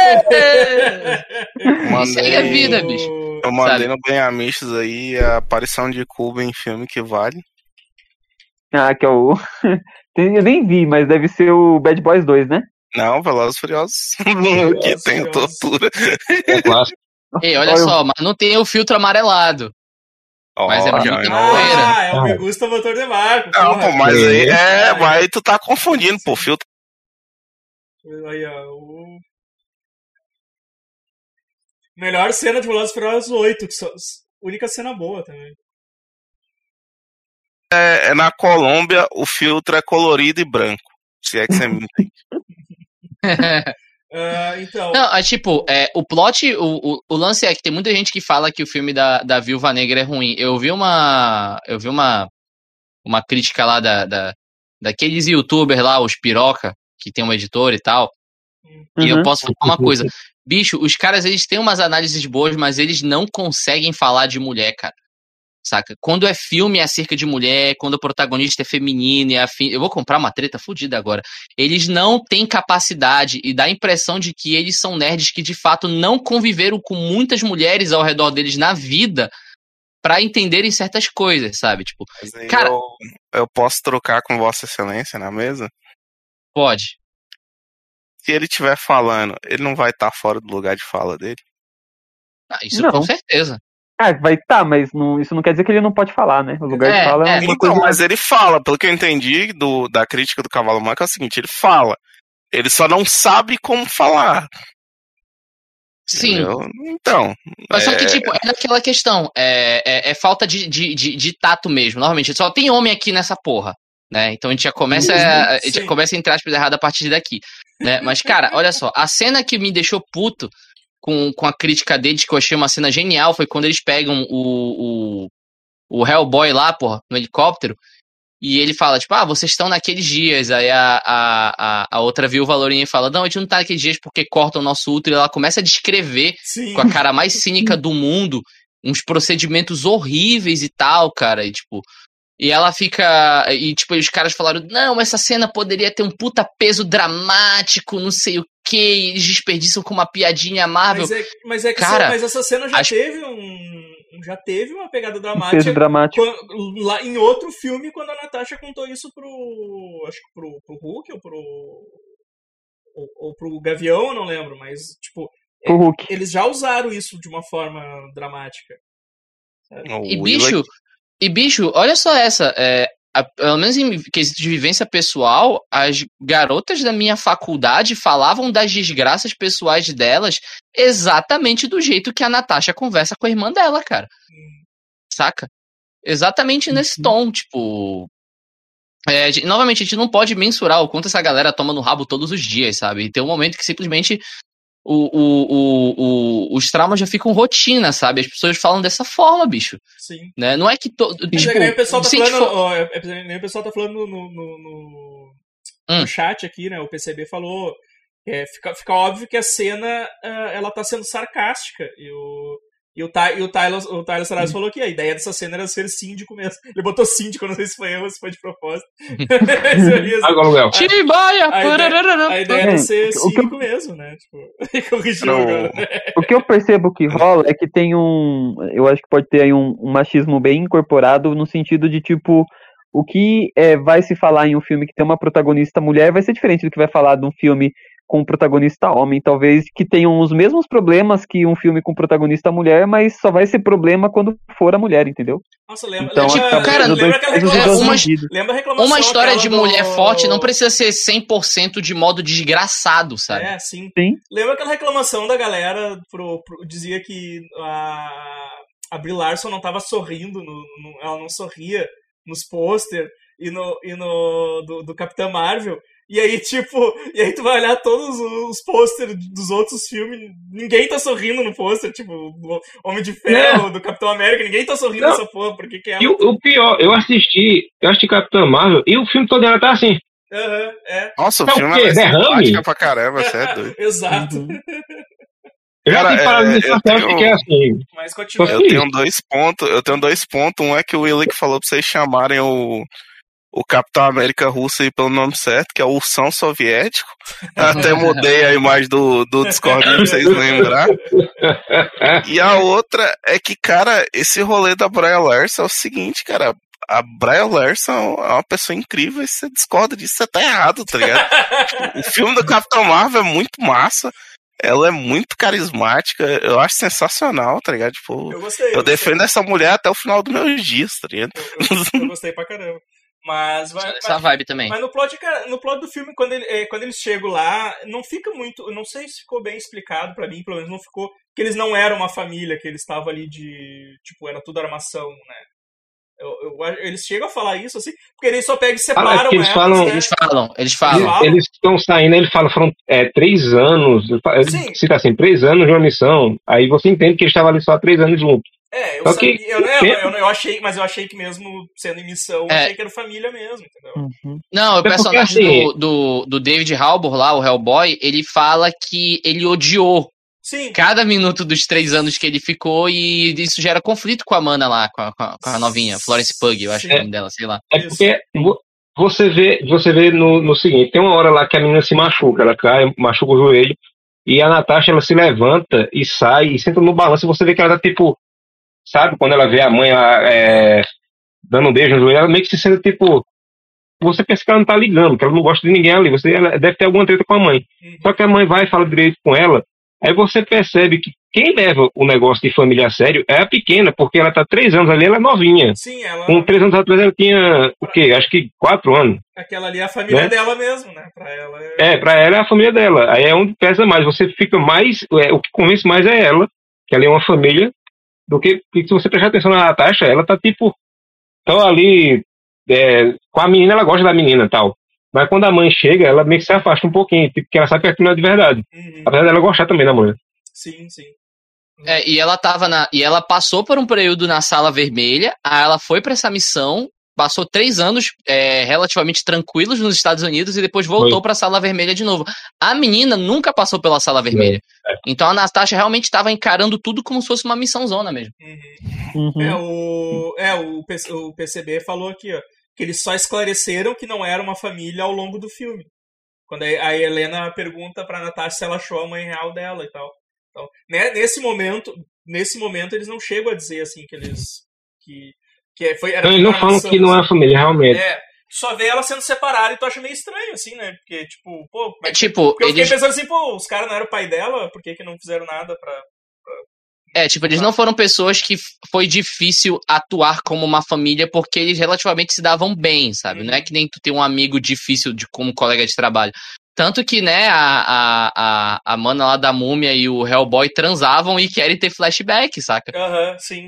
Isso aí é vida, bicho. Eu mandei no Benhamistas aí a aparição de Cuba em filme que vale. Que é o... Eu nem vi, mas deve ser o Bad Boys 2, né? Não, Velozes e Furiosos. Que tem tortura. Ei, olha só, mas não tem o filtro amarelado. Mas é muita poeira. É o Me Gusta Motor de Marco. Não, pô, mas aí mas tu tá confundindo, pô, filtro. Aí, Melhor cena de Velozes e Furiosos 8, que única cena boa também. Na Colômbia, o filtro é colorido e branco. Se é que você me entende. Então... Não, tipo, o plot, o lance é que tem muita gente que fala que o filme da Viúva Negra é ruim. Eu vi uma crítica lá daqueles youtubers lá, os piroca, que tem uma editora e tal. E eu posso falar uma coisa. Bicho, os caras, eles têm umas análises boas, mas eles não conseguem falar de mulher, cara. Saca? Quando é filme acerca de mulher, quando o protagonista é feminino e afim... Eu vou comprar uma treta fodida agora. Eles não têm capacidade e dá a impressão de que eles são nerds que de fato não conviveram com muitas mulheres ao redor deles na vida pra entenderem certas coisas, sabe? Tipo, cara... eu posso trocar com Vossa Excelência na mesa? Pode. Se ele estiver falando, ele não vai estar fora do lugar de fala dele? Isso não. Com certeza. Vai estar, mas isso não quer dizer que ele não pode falar, né? O lugar de fala é uma coisa... Mas ele fala, pelo que eu entendi da crítica do Cavalo Manco, é o seguinte, ele fala. Ele só não sabe como falar. Sim. Entendeu? Então... Mas só que, tipo, é daquela questão, é falta de tato mesmo. Normalmente, só tem homem aqui nessa porra, né? Então a gente já começa entre aspas, errado a partir daqui, né? Mas, cara, olha só, a cena que me deixou puto com a crítica deles, que eu achei uma cena genial, foi quando eles pegam o Hellboy lá, porra, no helicóptero, e ele fala, tipo, vocês estão naqueles dias. Aí a outra Viúva Lourinha fala, não, a gente não tá naqueles dias porque cortam o nosso útero. E ela começa a descrever, com a cara mais cínica do mundo, uns procedimentos horríveis e tal, cara, e tipo... E ela fica... E, tipo, os caras falaram, não, essa cena poderia ter um puta peso dramático, não sei o quê, e eles desperdiçam com uma piadinha amável. Mas essa cena já teve uma pegada dramática. Peso dramático. Lá em outro filme, quando a Natasha contou isso acho que pro Hulk ou pro Gavião, eu não lembro, mas, tipo... Pro Hulk. Eles já usaram isso de uma forma dramática. Sabe? E, bicho, olha só essa, pelo menos em quesito de vivência pessoal, as garotas da minha faculdade falavam das desgraças pessoais delas exatamente do jeito que a Natasha conversa com a irmã dela, cara. Saca? Exatamente nesse tom, tipo... novamente, a gente não pode mensurar o quanto essa galera toma no rabo todos os dias, sabe? E tem um momento que simplesmente... os traumas já ficam rotina, sabe? As pessoas falam dessa forma, bicho. Sim. Né? Não é que todo. Tipo, nem o pessoal tá falando. Nem o pessoal tá falando no chat aqui, né? O PCB falou. Fica óbvio que a cena ela tá sendo sarcástica. E o Tyler Saraz falou que a ideia dessa cena era ser síndico mesmo. Ele botou síndico, não sei se foi eu ou se foi de propósito. A ideia era ser síndico mesmo, né? Tipo, corrigiu agora. O que eu percebo que rola é que tem eu acho que pode ter aí um machismo bem incorporado no sentido de, tipo, o que vai se falar em um filme que tem uma protagonista mulher vai ser diferente do que vai falar de um filme com um protagonista homem, talvez que tenham os mesmos problemas que um filme com protagonista mulher, mas só vai ser problema quando for a mulher, entendeu? Nossa, lembra, então, lembra aquela reclamação, uma história de mulher forte não precisa ser 100% de modo desgraçado, sabe? Sim. Lembra aquela reclamação da galera dizia que a Brie Larson não tava sorrindo, ela não sorria nos pôster do Capitã Marvel. E aí, tipo, tu vai olhar todos os pôsteres dos outros filmes, ninguém tá sorrindo no pôster, tipo, do Homem de Ferro, do Capitão América, ninguém tá sorrindo nessa porra, porque que é... E o pior, eu assisti Capitão Marvel e o filme todo ela tá assim. Nossa, o filme é simpática pra caramba, você é doido. Exato. Eu já tenho falado nisso que é assim. Mas continua. Eu tenho dois pontos. Um é que o Willick falou pra vocês chamarem o Capitão América russo aí pelo nome certo, que é o Ursão Soviético. Até mudei a imagem do Discord pra vocês lembrarem. E a outra é que, cara, esse rolê da Brie Larson é o seguinte, cara. A Brie Larson é uma pessoa incrível e você discorda disso, você tá errado, tá ligado? O filme do Capitão Marvel é muito massa. Ela é muito carismática, eu acho sensacional, tá ligado? Tipo, eu defendo essa mulher até o final dos meus dias, tá ligado? Eu gostei pra caramba. Mas essa vibe também. Mas no plot do filme, quando eles chegam lá, não fica muito. Eu não sei se ficou bem explicado pra mim, pelo menos não ficou que eles não eram uma família, que eles estavam ali de... Tipo, era tudo armação, né? Eles chegam a falar isso, assim, porque eles só pegam e separam eles elas, falam, né? Eles falam. Eles estão saindo, ele fala, foram 3 anos, ele cita assim, 3 anos de uma missão, aí você entende que eles estavam ali só há 3 anos juntos. Eu achei, mas eu achei que mesmo sendo em missão, eu achei que era família mesmo, entendeu? Não, o personagem do David Harbour lá, o Hellboy, ele fala que ele odiou cada minuto dos 3 anos que ele ficou e isso gera conflito com a Mana lá, com a novinha, Florence Pugh, eu acho que é o nome dela, sei lá. É porque você vê no seguinte, tem uma hora lá que a menina se machuca, ela cai, machuca o joelho, e a Natasha, ela se levanta e sai, e senta no balanço, e você vê que ela tá tipo, sabe, quando ela vê a mãe lá, dando um beijo no joelho, ela meio que se sente tipo, você pensa que ela não tá ligando, que ela não gosta de ninguém ali, ela deve ter alguma treta com a mãe. Só que a mãe vai e fala direito com ela, aí você percebe que quem leva o negócio de família a sério é a pequena, porque ela tá 3 anos ali, ela é novinha. Sim, ela... Com 3 anos atrás ela tinha, o quê? Acho que 4 anos. Aquela ali é a família dela mesmo, né? Pra ela pra ela é a família dela. Aí é onde pesa mais, você fica mais, o que convence mais é ela, que ela é uma família, do que se você prestar atenção na Natasha, ela tá tipo, tão ali, com a menina, ela gosta da menina e tal. Mas quando a mãe chega, ela meio que se afasta um pouquinho, porque ela sabe que aquilo não é de verdade. Apesar dela gostar também da mãe. Sim. E ela passou por um período na Sala Vermelha, aí ela foi pra essa missão, passou 3 anos relativamente tranquilos nos Estados Unidos e depois voltou pra Sala Vermelha de novo. A menina nunca passou pela Sala Vermelha. Então a Natasha realmente estava encarando tudo como se fosse uma missãozona mesmo. O PCB falou aqui, ó, que eles só esclareceram que não era uma família ao longo do filme. Quando a Helena pergunta pra Natasha se ela achou a mãe real dela e tal. Então, né, nesse momento eles não chegam a dizer assim que eles... Eles não falam que não é a família, realmente. Só vê ela sendo separada e tu acha meio estranho, assim, né? Porque, tipo, pô... Porque eu fiquei pensando assim, pô, os caras não eram o pai dela, por que não fizeram nada pra... eles não foram pessoas que foi difícil atuar como uma família porque eles relativamente se davam bem, sabe? Não é que nem tu tem um amigo difícil como colega de trabalho. Tanto que, né, a mana lá da múmia e o Hellboy transavam e querem ter flashback, saca? Sim.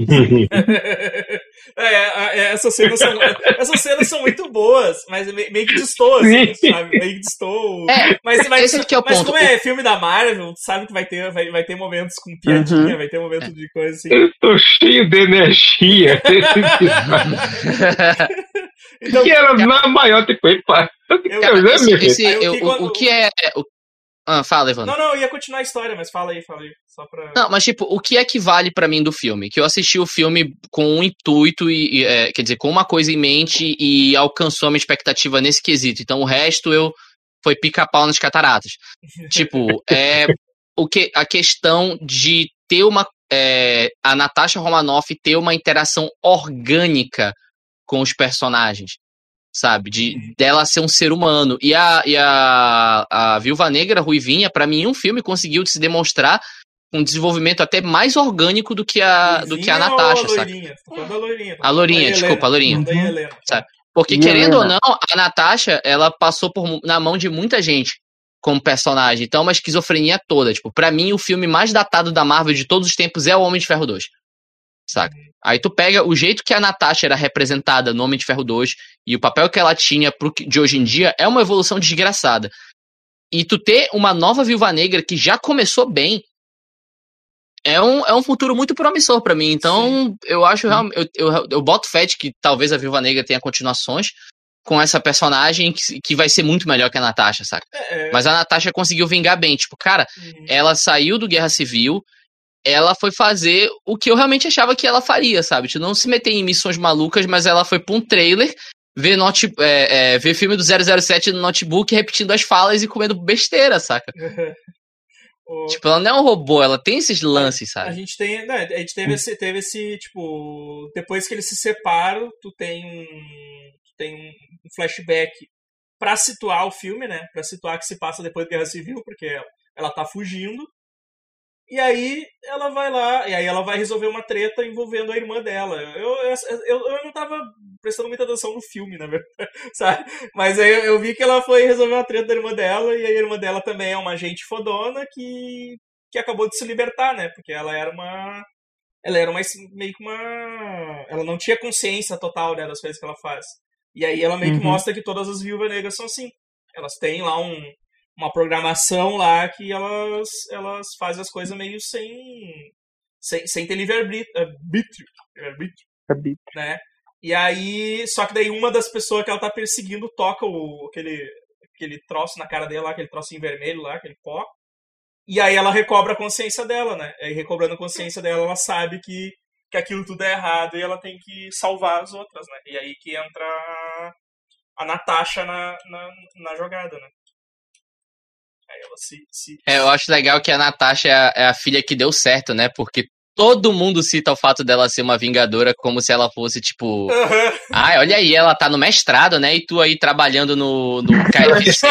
Essas cenas são muito boas, mas meio que destoam, assim, sabe? Meio que destoam. Esse que é o ponto. Mas como é filme da Marvel, tu sabe que vai ter momentos com piadinha, vai ter momentos de coisa assim. Eu tô cheio de energia. Então, que ela não é maior, tipo, fala, Evandro. Não, eu ia continuar a história, mas fala aí, só pra... Não, mas tipo, o que é que vale pra mim do filme? Que eu assisti o filme com um intuito quer dizer, com uma coisa em mente e alcançou a minha expectativa nesse quesito. Então o resto foi pica-pau nas cataratas. Tipo, a questão de ter a Natasha Romanoff ter uma interação orgânica com os personagens, sabe? Dela ser um ser humano. E a Viúva Negra, Ruivinha, pra mim, um filme conseguiu se demonstrar um desenvolvimento até mais orgânico do que a Natasha, sabe? A Lourinha, desculpa, a Lourinha. Sabe? Porque, querendo ou não, a Natasha, ela passou na mão de muita gente como personagem. Então, é uma esquizofrenia toda. Tipo, pra mim, o filme mais datado da Marvel de todos os tempos é o Homem de Ferro 2. Saca? Aí tu pega o jeito que a Natasha era representada no Homem de Ferro 2 e o papel que ela tinha de hoje em dia é uma evolução desgraçada. E tu ter uma nova Viúva Negra que já começou bem é um futuro muito promissor pra mim. Então, eu acho realmente. Eu boto fé de que talvez a Viúva Negra tenha continuações com essa personagem que vai ser muito melhor que a Natasha, saca? Mas a Natasha conseguiu vingar bem. Tipo, cara, ela saiu do Guerra Civil. Ela foi fazer o que eu realmente achava que ela faria, sabe? Tipo, não se meter em missões malucas, mas ela foi pra um trailer, ver filme do 007 no notebook, repetindo as falas e comendo besteira, saca? Tipo, ela não é um robô, ela tem esses lances, sabe? A gente teve esse, tipo... Depois que eles se separam, tu tem um flashback pra situar o filme, né? Pra situar que se passa depois da Guerra Civil, porque ela tá fugindo. E aí ela vai lá, e aí ela vai resolver uma treta envolvendo a irmã dela. Eu não tava prestando muita atenção no filme, na verdade, sabe? Mas aí eu vi que ela foi resolver uma treta da irmã dela, e a irmã dela também é uma agente fodona que que acabou de se libertar, né? Porque ela era meio que uma... Ela não tinha consciência total, né, das coisas que ela faz. E aí ela meio que mostra que todas as viúvas negras são assim. Elas têm lá uma programação lá que elas fazem as coisas meio sem ter livre-arbítrio, né? E aí, só que daí uma das pessoas que ela tá perseguindo toca aquele troço na cara dela, aquele troço em vermelho lá, aquele pó. E aí ela recobra a consciência dela, né? E aí, recobrando a consciência dela, ela sabe que aquilo tudo é errado e ela tem que salvar as outras, né? E aí que entra a Natasha na jogada, né? Aí ela se... Eu acho legal que a Natasha é a filha que deu certo, né? Porque todo mundo cita o fato dela ser uma vingadora como se ela fosse, tipo... Ah, olha aí, ela tá no mestrado, né? E tu aí trabalhando no KFC.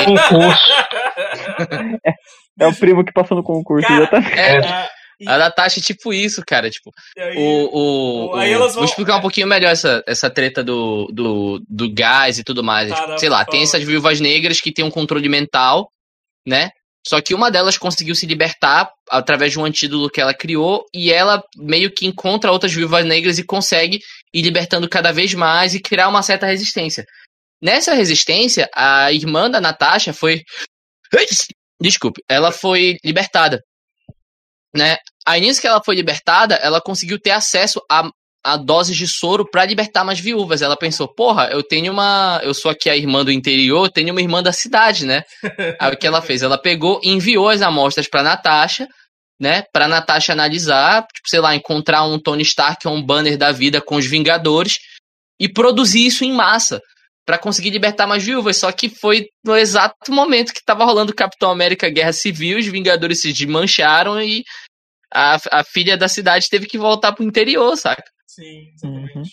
É o primo que passou no concurso, cara, exatamente. A Natasha é tipo isso, cara. Tipo, aí elas vão... Vou explicar um pouquinho melhor essa treta do gás e tudo mais. Tipo, sei lá, tem essas viúvas negras que tem um controle mental, né? Só que uma delas conseguiu se libertar através de um antídoto que ela criou e ela meio que encontra outras viúvas negras e consegue ir libertando cada vez mais e criar uma certa resistência. Nessa resistência, a irmã da Natasha foi... Desculpe, ela foi libertada, né? Aí nisso que ela foi libertada, ela conseguiu ter acesso a doses de soro para libertar mais viúvas. Ela pensou, porra, eu sou aqui a irmã do interior, tenho uma irmã da cidade, né? Aí o que ela fez? Ela pegou e enviou as amostras pra Natasha, né? Pra Natasha analisar, tipo, sei lá, encontrar um Tony Stark ou um Banner da vida com os Vingadores e produzir isso em massa pra conseguir libertar mais viúvas. Só que foi no exato momento que tava rolando o Capitão América Guerra Civil, os Vingadores se desmancharam e a filha da cidade teve que voltar pro interior, saca? Sim, exatamente.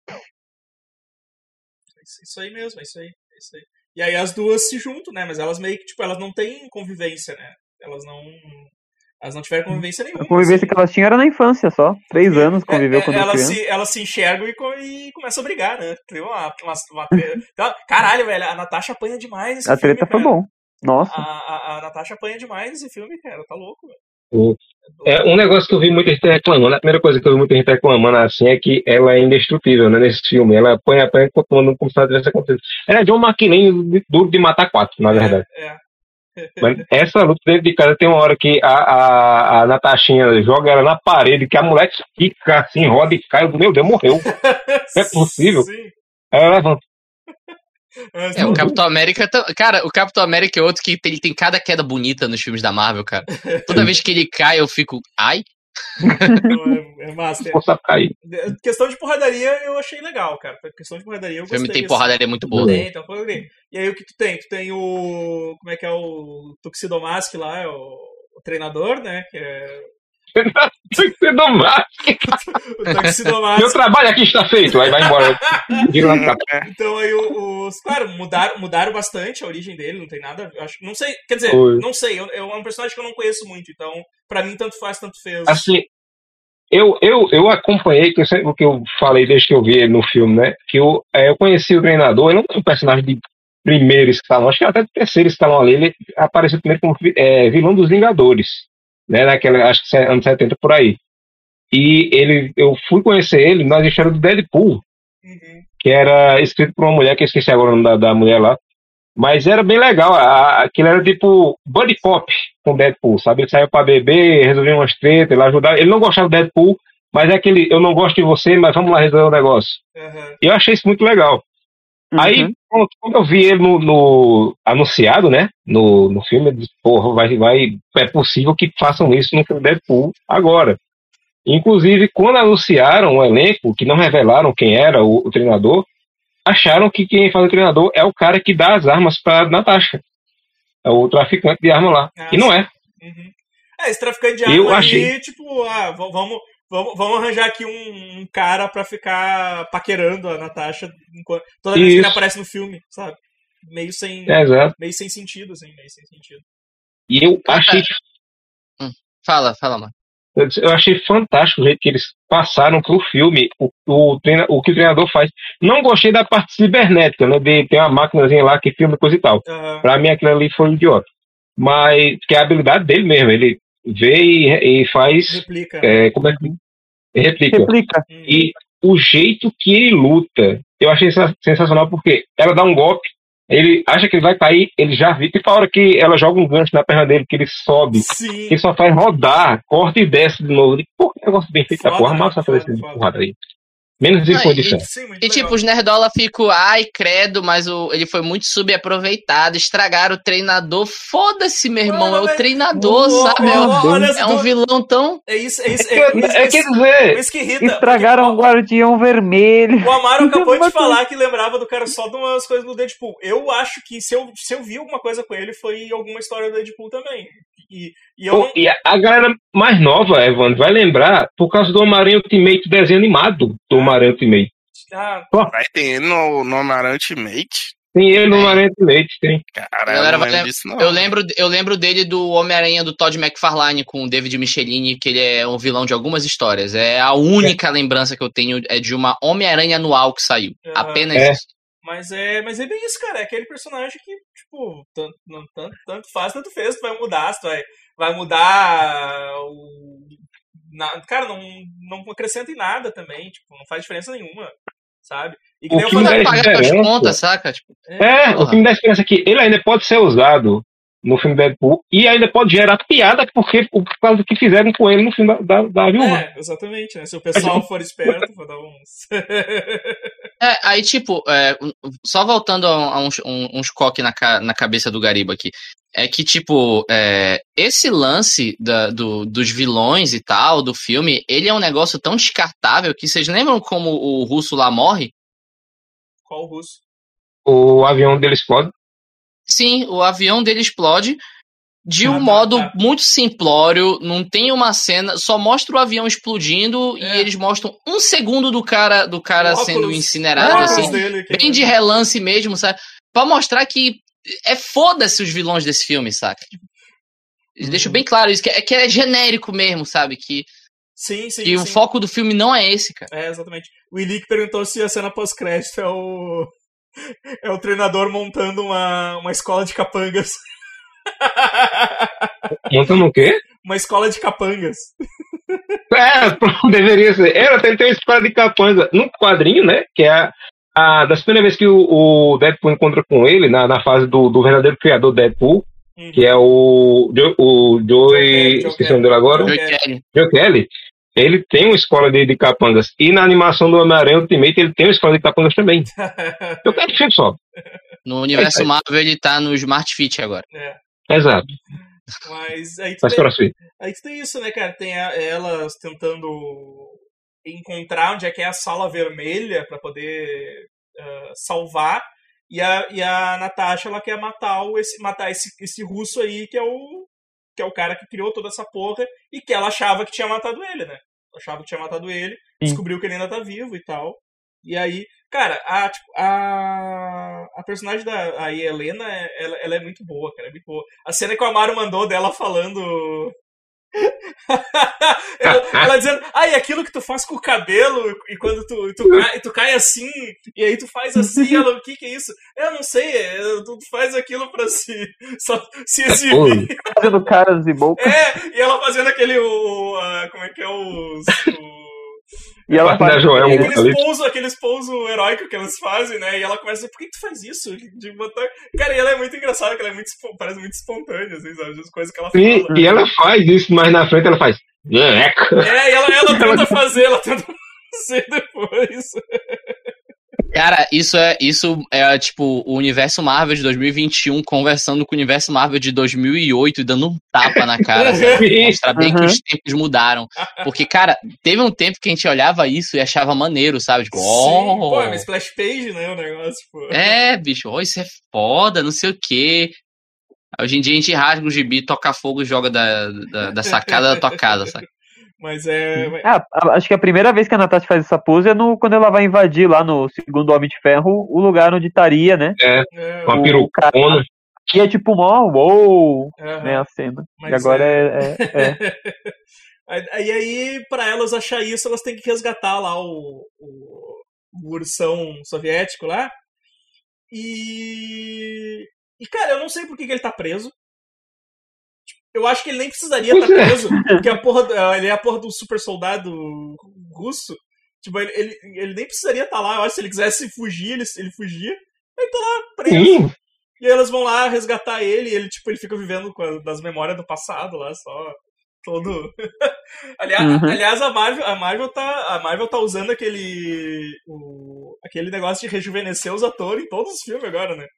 Isso aí mesmo, é isso aí. E aí as duas se juntam, né? Mas elas meio que, tipo, elas não têm convivência, né? Elas não tiveram convivência nenhuma. A convivência que elas tinham era na infância só. 3 anos conviveu quando criança. Elas se enxergam e começam a brigar, né? Tem uma treta. Caralho, velho, a Natasha apanha demais nesse filme, a treta foi bom. Nossa. A Natasha apanha demais nesse filme, cara. Tá louco, velho. Um negócio que eu vi muita gente reclamando, a primeira coisa que eu vi muita gente reclamando assim é que ela é indestrutível, né, nesse filme. Ela apanha quando como se nada tivesse acontecido. Ela é de um maquininho duro de matar 4, na verdade. Mas essa luta dentro de casa tem uma hora que a Natashinha joga ela na parede, que a mulher fica assim, roda e cai. Meu Deus, morreu. Não é possível. Sim. Ela levanta. O Capitão América... Cara, o Capitão América é outro que tem cada queda bonita nos filmes da Marvel, cara. Toda vez que ele cai, eu fico... Ai? É massa. Questão de porradaria eu achei legal, cara. Questão de porradaria eu gostei. O filme tem porradaria muito boa. Tem porradaria. E aí o que tu tem? Tu tem o... Como é que é o Tuxedo Mask lá? O treinador, né? Que é... Tuxedo Mask. O Tuxedo Mask. Meu trabalho aqui está feito. Aí vai embora. Então aí claro, mudaram bastante a origem dele, não tem nada. Não sei, quer dizer, não sei. É um personagem que eu não conheço muito, então pra mim tanto faz, tanto fez. Assim, eu acompanhei, o que eu falei desde que eu vi ele no filme, né? Que eu conheci o treinador, ele não é um personagem de primeiro escalão, acho que até de terceiro escalão ali, ele apareceu primeiro como vilão dos Vingadores, né? Naquela, acho que anos 70 por aí. E eu fui conhecer ele na história do Deadpool, que era escrito por uma mulher, que eu esqueci agora o nome da mulher lá, mas era bem legal, aquilo era tipo buddy pop com Deadpool, sabe? Ele saiu pra beber, resolvia umas tretas, ele ajudava, ele não gostava do Deadpool, mas é aquele, eu não gosto de você, mas vamos lá resolver o negócio. E eu achei isso muito legal. Aí, quando eu vi ele no anunciado, né, no filme, eu disse, porra, é possível que façam isso no filme Deadpool agora. Inclusive, quando anunciaram o elenco, que não revelaram quem era o treinador, acharam que quem faz o treinador é o cara que dá as armas pra Natasha. É o traficante de arma lá. E não é. Esse traficante de arma aí, tipo, vamos arranjar aqui um cara pra ficar paquerando a Natasha toda vez que ele aparece no filme, sabe? Meio sem sentido, assim, E eu achei... Fala, mano. Eu achei fantástico o jeito que eles passaram pro filme o que o treinador faz. Não gostei da parte cibernética, né? De ter uma máquinazinha lá que filma coisa e tal. Pra mim aquilo ali foi um idiota. Mas que é a habilidade dele mesmo. Ele vê e faz. Replica. Como é que. Replica. E o jeito que ele luta, eu achei sensacional, porque ela dá um golpe, ele acha que ele vai cair, ele já vê, tipo a hora que ela joga um gancho na perna dele, que ele sobe, Sim. ele só faz rodar, corta e desce de novo. Pô, que negócio bem feito da porra, massa fazer esse porrada aí. Menos de condição. E tipo, os nerdola ficam, ai, credo, mas ele foi muito subaproveitado, estragaram o treinador. Foda-se, meu irmão, é o treinador, sabe? É um vilão tão... É isso. Quer dizer, isso que irrita. Estragaram o Guardião Vermelho. O Amaro acabou de falar que lembrava do cara só de umas coisas do Deadpool. Eu acho que se eu vi alguma coisa com ele, foi alguma história do Deadpool também. E a galera mais nova, Evandro, vai lembrar por causa do Homem-Aranha Ultimate, desenho animado do Homem-Aranha Ultimate. Vai ter ele no Homem-Aranha Ultimate? Tem ele no Homem-Aranha Ultimate, tem. Cara, eu lembro dele do Homem-Aranha do Todd McFarlane com o David Michelini, que ele é um vilão de algumas histórias. É a única lembrança que eu tenho é de uma Homem-Aranha anual que saiu. Apenas isso. Mas é bem isso, cara. É aquele personagem que, tipo, tanto faz, tanto fez. Tu vai mudar, tu vai mudar cara, não acrescenta em nada também. Tipo, não faz diferença nenhuma, sabe? E que o nem filme eu pagar suas contas, saca? Tipo, o filme dá diferença que ele ainda pode ser usado no filme Deadpool e ainda pode gerar piada por causa do que fizeram com ele no filme da Viúva. Exatamente, né? Se o pessoal for esperto, vai dar uns... aí tipo, só voltando a uns coques na cabeça do Gariba aqui, é que tipo, esse lance dos vilões e tal, do filme, ele é um negócio tão descartável que vocês lembram como o russo lá morre? Qual russo? O avião dele explode. Sim, o avião dele explode de um modo muito simplório, não tem uma cena, só mostra o avião explodindo e eles mostram um segundo do cara sendo incinerado, assim, bem de relance mesmo, sabe? Pra mostrar que foda-se os vilões desse filme, saca? Eles deixam bem claro isso, que é genérico mesmo, sabe? Sim. O foco do filme não é esse, cara. Exatamente. O Ilick perguntou se a cena pós-crédito é o treinador montando uma escola de capangas. Montando o quê? Uma escola de capangas. Deveria ser. Ela tem uma escola de capangas no quadrinho, né? Que é das primeiras vezes que o Deadpool encontra com ele, na fase do verdadeiro criador Deadpool, que é o Joey... Esqueci o nome dele agora. Joe Kelly. Ele tem uma escola de capangas. E na animação do Homem-Aranha Ultimate ele tem uma escola de capangas também. Eu quero que só. No universo Marvel ele tá no Smart Fit agora. Exato. Mas aí tu tem isso, né, cara? Tem elas tentando encontrar onde é que é a sala vermelha pra poder salvar. E a Natasha, ela quer matar esse russo aí, que é o cara que criou toda essa porra, e que ela achava que tinha matado ele, né? Achava que tinha matado ele, descobriu que ele ainda tá vivo e tal. E aí, cara, a personagem da Helena, ela é muito boa, cara, é muito boa. A cena que o Amaro mandou dela falando... ela dizendo, e aquilo que tu faz com o cabelo, e quando tu cai assim, e aí tu faz assim, ela, o que é isso? Eu não sei, tu faz aquilo pra se exibir. Fazendo caras e bocas. E ela fazendo aquele, como é que é E ela faz aqueles pousos heróicos que elas fazem, né? E ela começa a dizer, por que tu faz isso? De botar... Cara, e ela é muito engraçada, que ela parece muito espontânea, assim, sabe? As coisas que ela fala. E ela faz isso, mas na frente ela faz... E ela tenta fazer depois. Cara, isso é tipo o universo Marvel de 2021 conversando com o universo Marvel de 2008 e dando um tapa na cara, sabe? Mostrar bem que os tempos mudaram. Porque, cara, teve um tempo que a gente olhava isso e achava maneiro, sabe? Tipo, Pô, é uma splash page, né, o negócio, pô. Bicho, isso é foda, não sei o quê. Hoje em dia a gente rasga o gibi, toca fogo e joga da sacada da tua casa, sabe? Mas acho que a primeira vez que a Natasha faz essa pose é quando ela vai invadir lá no segundo Homem de Ferro o lugar onde estaria, né? Com a perucona. Que é tipo uou, né, a cena. Mas e agora E aí, pra elas achar isso, elas têm que resgatar lá o ursão soviético lá. E cara, eu não sei por que ele tá preso. Eu acho que ele nem precisaria estar preso, porque ele é a porra do super soldado russo. Tipo, ele nem precisaria estar lá. Eu acho que se ele quisesse fugir, ele fugia. Ele tá lá preso. E aí elas vão lá resgatar ele, e ele fica vivendo das memórias do passado lá, só todo. Aliás, a Marvel tá usando aquele negócio de rejuvenescer os atores em todos os filmes agora, né?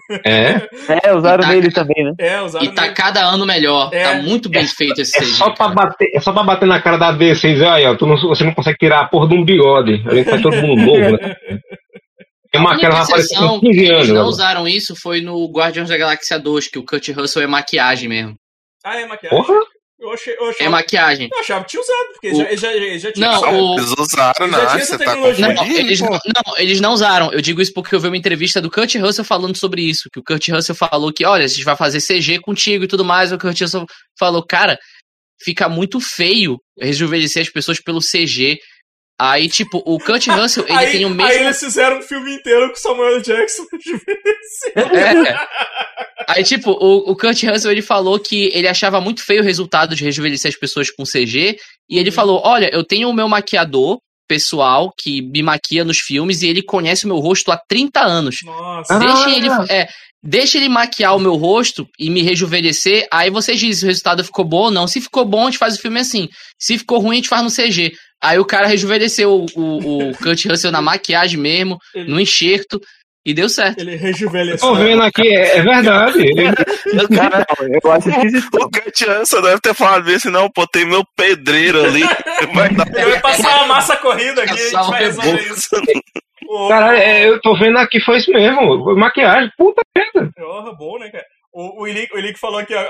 Usaram nele também, né? Usaram e tá nele. Cada ano melhor. Tá muito bem feito esse CG. Só pra bater na cara da DC e dizer, aí, ó, você não consegue tirar a porra de um bigode. A gente faz todo mundo novo, né? A única exceção que eles não usaram isso foi no Guardiões da Galáxia 2, que o Kurt Russell é maquiagem mesmo. Ah, é maquiagem? Porra? Eu achava, é maquiagem. Eu achava que tinha usado, porque já tinha usado. Eles usaram, você tá confundindo. Eles não usaram. Eu digo isso porque eu vi uma entrevista do Kurt Russell falando sobre isso. Que o Kurt Russell falou que, olha, a gente vai fazer CG contigo e tudo mais. O Kurt Russell falou, cara, fica muito feio rejuvenescer as pessoas pelo CG. Aí, tipo, o Kurt Russell, ele tem o mesmo... Aí eles fizeram um filme inteiro com o Samuel Jackson rejuvenescendo. Aí, tipo, o Kurt Russell, ele falou que ele achava muito feio o resultado de rejuvenescer as pessoas com CG, e ele falou, olha, eu tenho o meu maquiador pessoal que me maquia nos filmes, e ele conhece o meu rosto há 30 anos. Nossa. Deixa ele maquiar o meu rosto e me rejuvenescer, aí vocês dizem se o resultado ficou bom ou não. Se ficou bom, a gente faz o filme assim. Se ficou ruim, a gente faz no CG. Aí o cara rejuvenesceu o Kurt Russell na maquiagem mesmo, no enxerto, e deu certo. Ele rejuvenesceu. Tô vendo aqui, é verdade. Cara, eu acho esquisito. O Kurt Russell deve ter falado isso, não, pô, tem meu pedreiro ali. Ele vai passar uma massa corrida aqui, a gente vai resolver isso. Caralho, eu tô vendo aqui, foi isso mesmo. Maquiagem, puta merda. Bom, né, cara? O Ilick falou que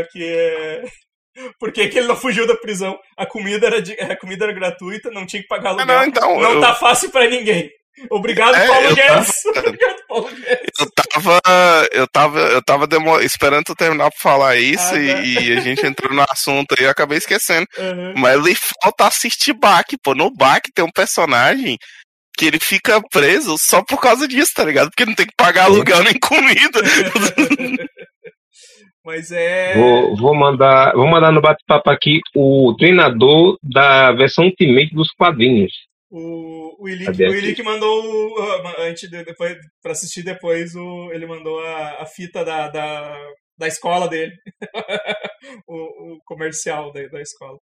por que ele não fugiu da prisão? A comida era gratuita, não tinha que pagar aluguel. Não tá fácil pra ninguém. Obrigado, Paulo Guedes. Obrigado, Paulo Guedes. Eu tava esperando tu terminar pra falar isso e a gente entrou no assunto aí e acabei esquecendo. Mas ele falta assistir Bach, pô. No Bach tem um personagem que ele fica preso só por causa disso, tá ligado? Porque não tem que pagar aluguel nem comida. Mas Vou mandar no bate-papo aqui o treinador da versão Ultimate dos quadrinhos. O Ilick mandou depois, pra assistir depois, ele mandou a fita da escola dele. o comercial da escola.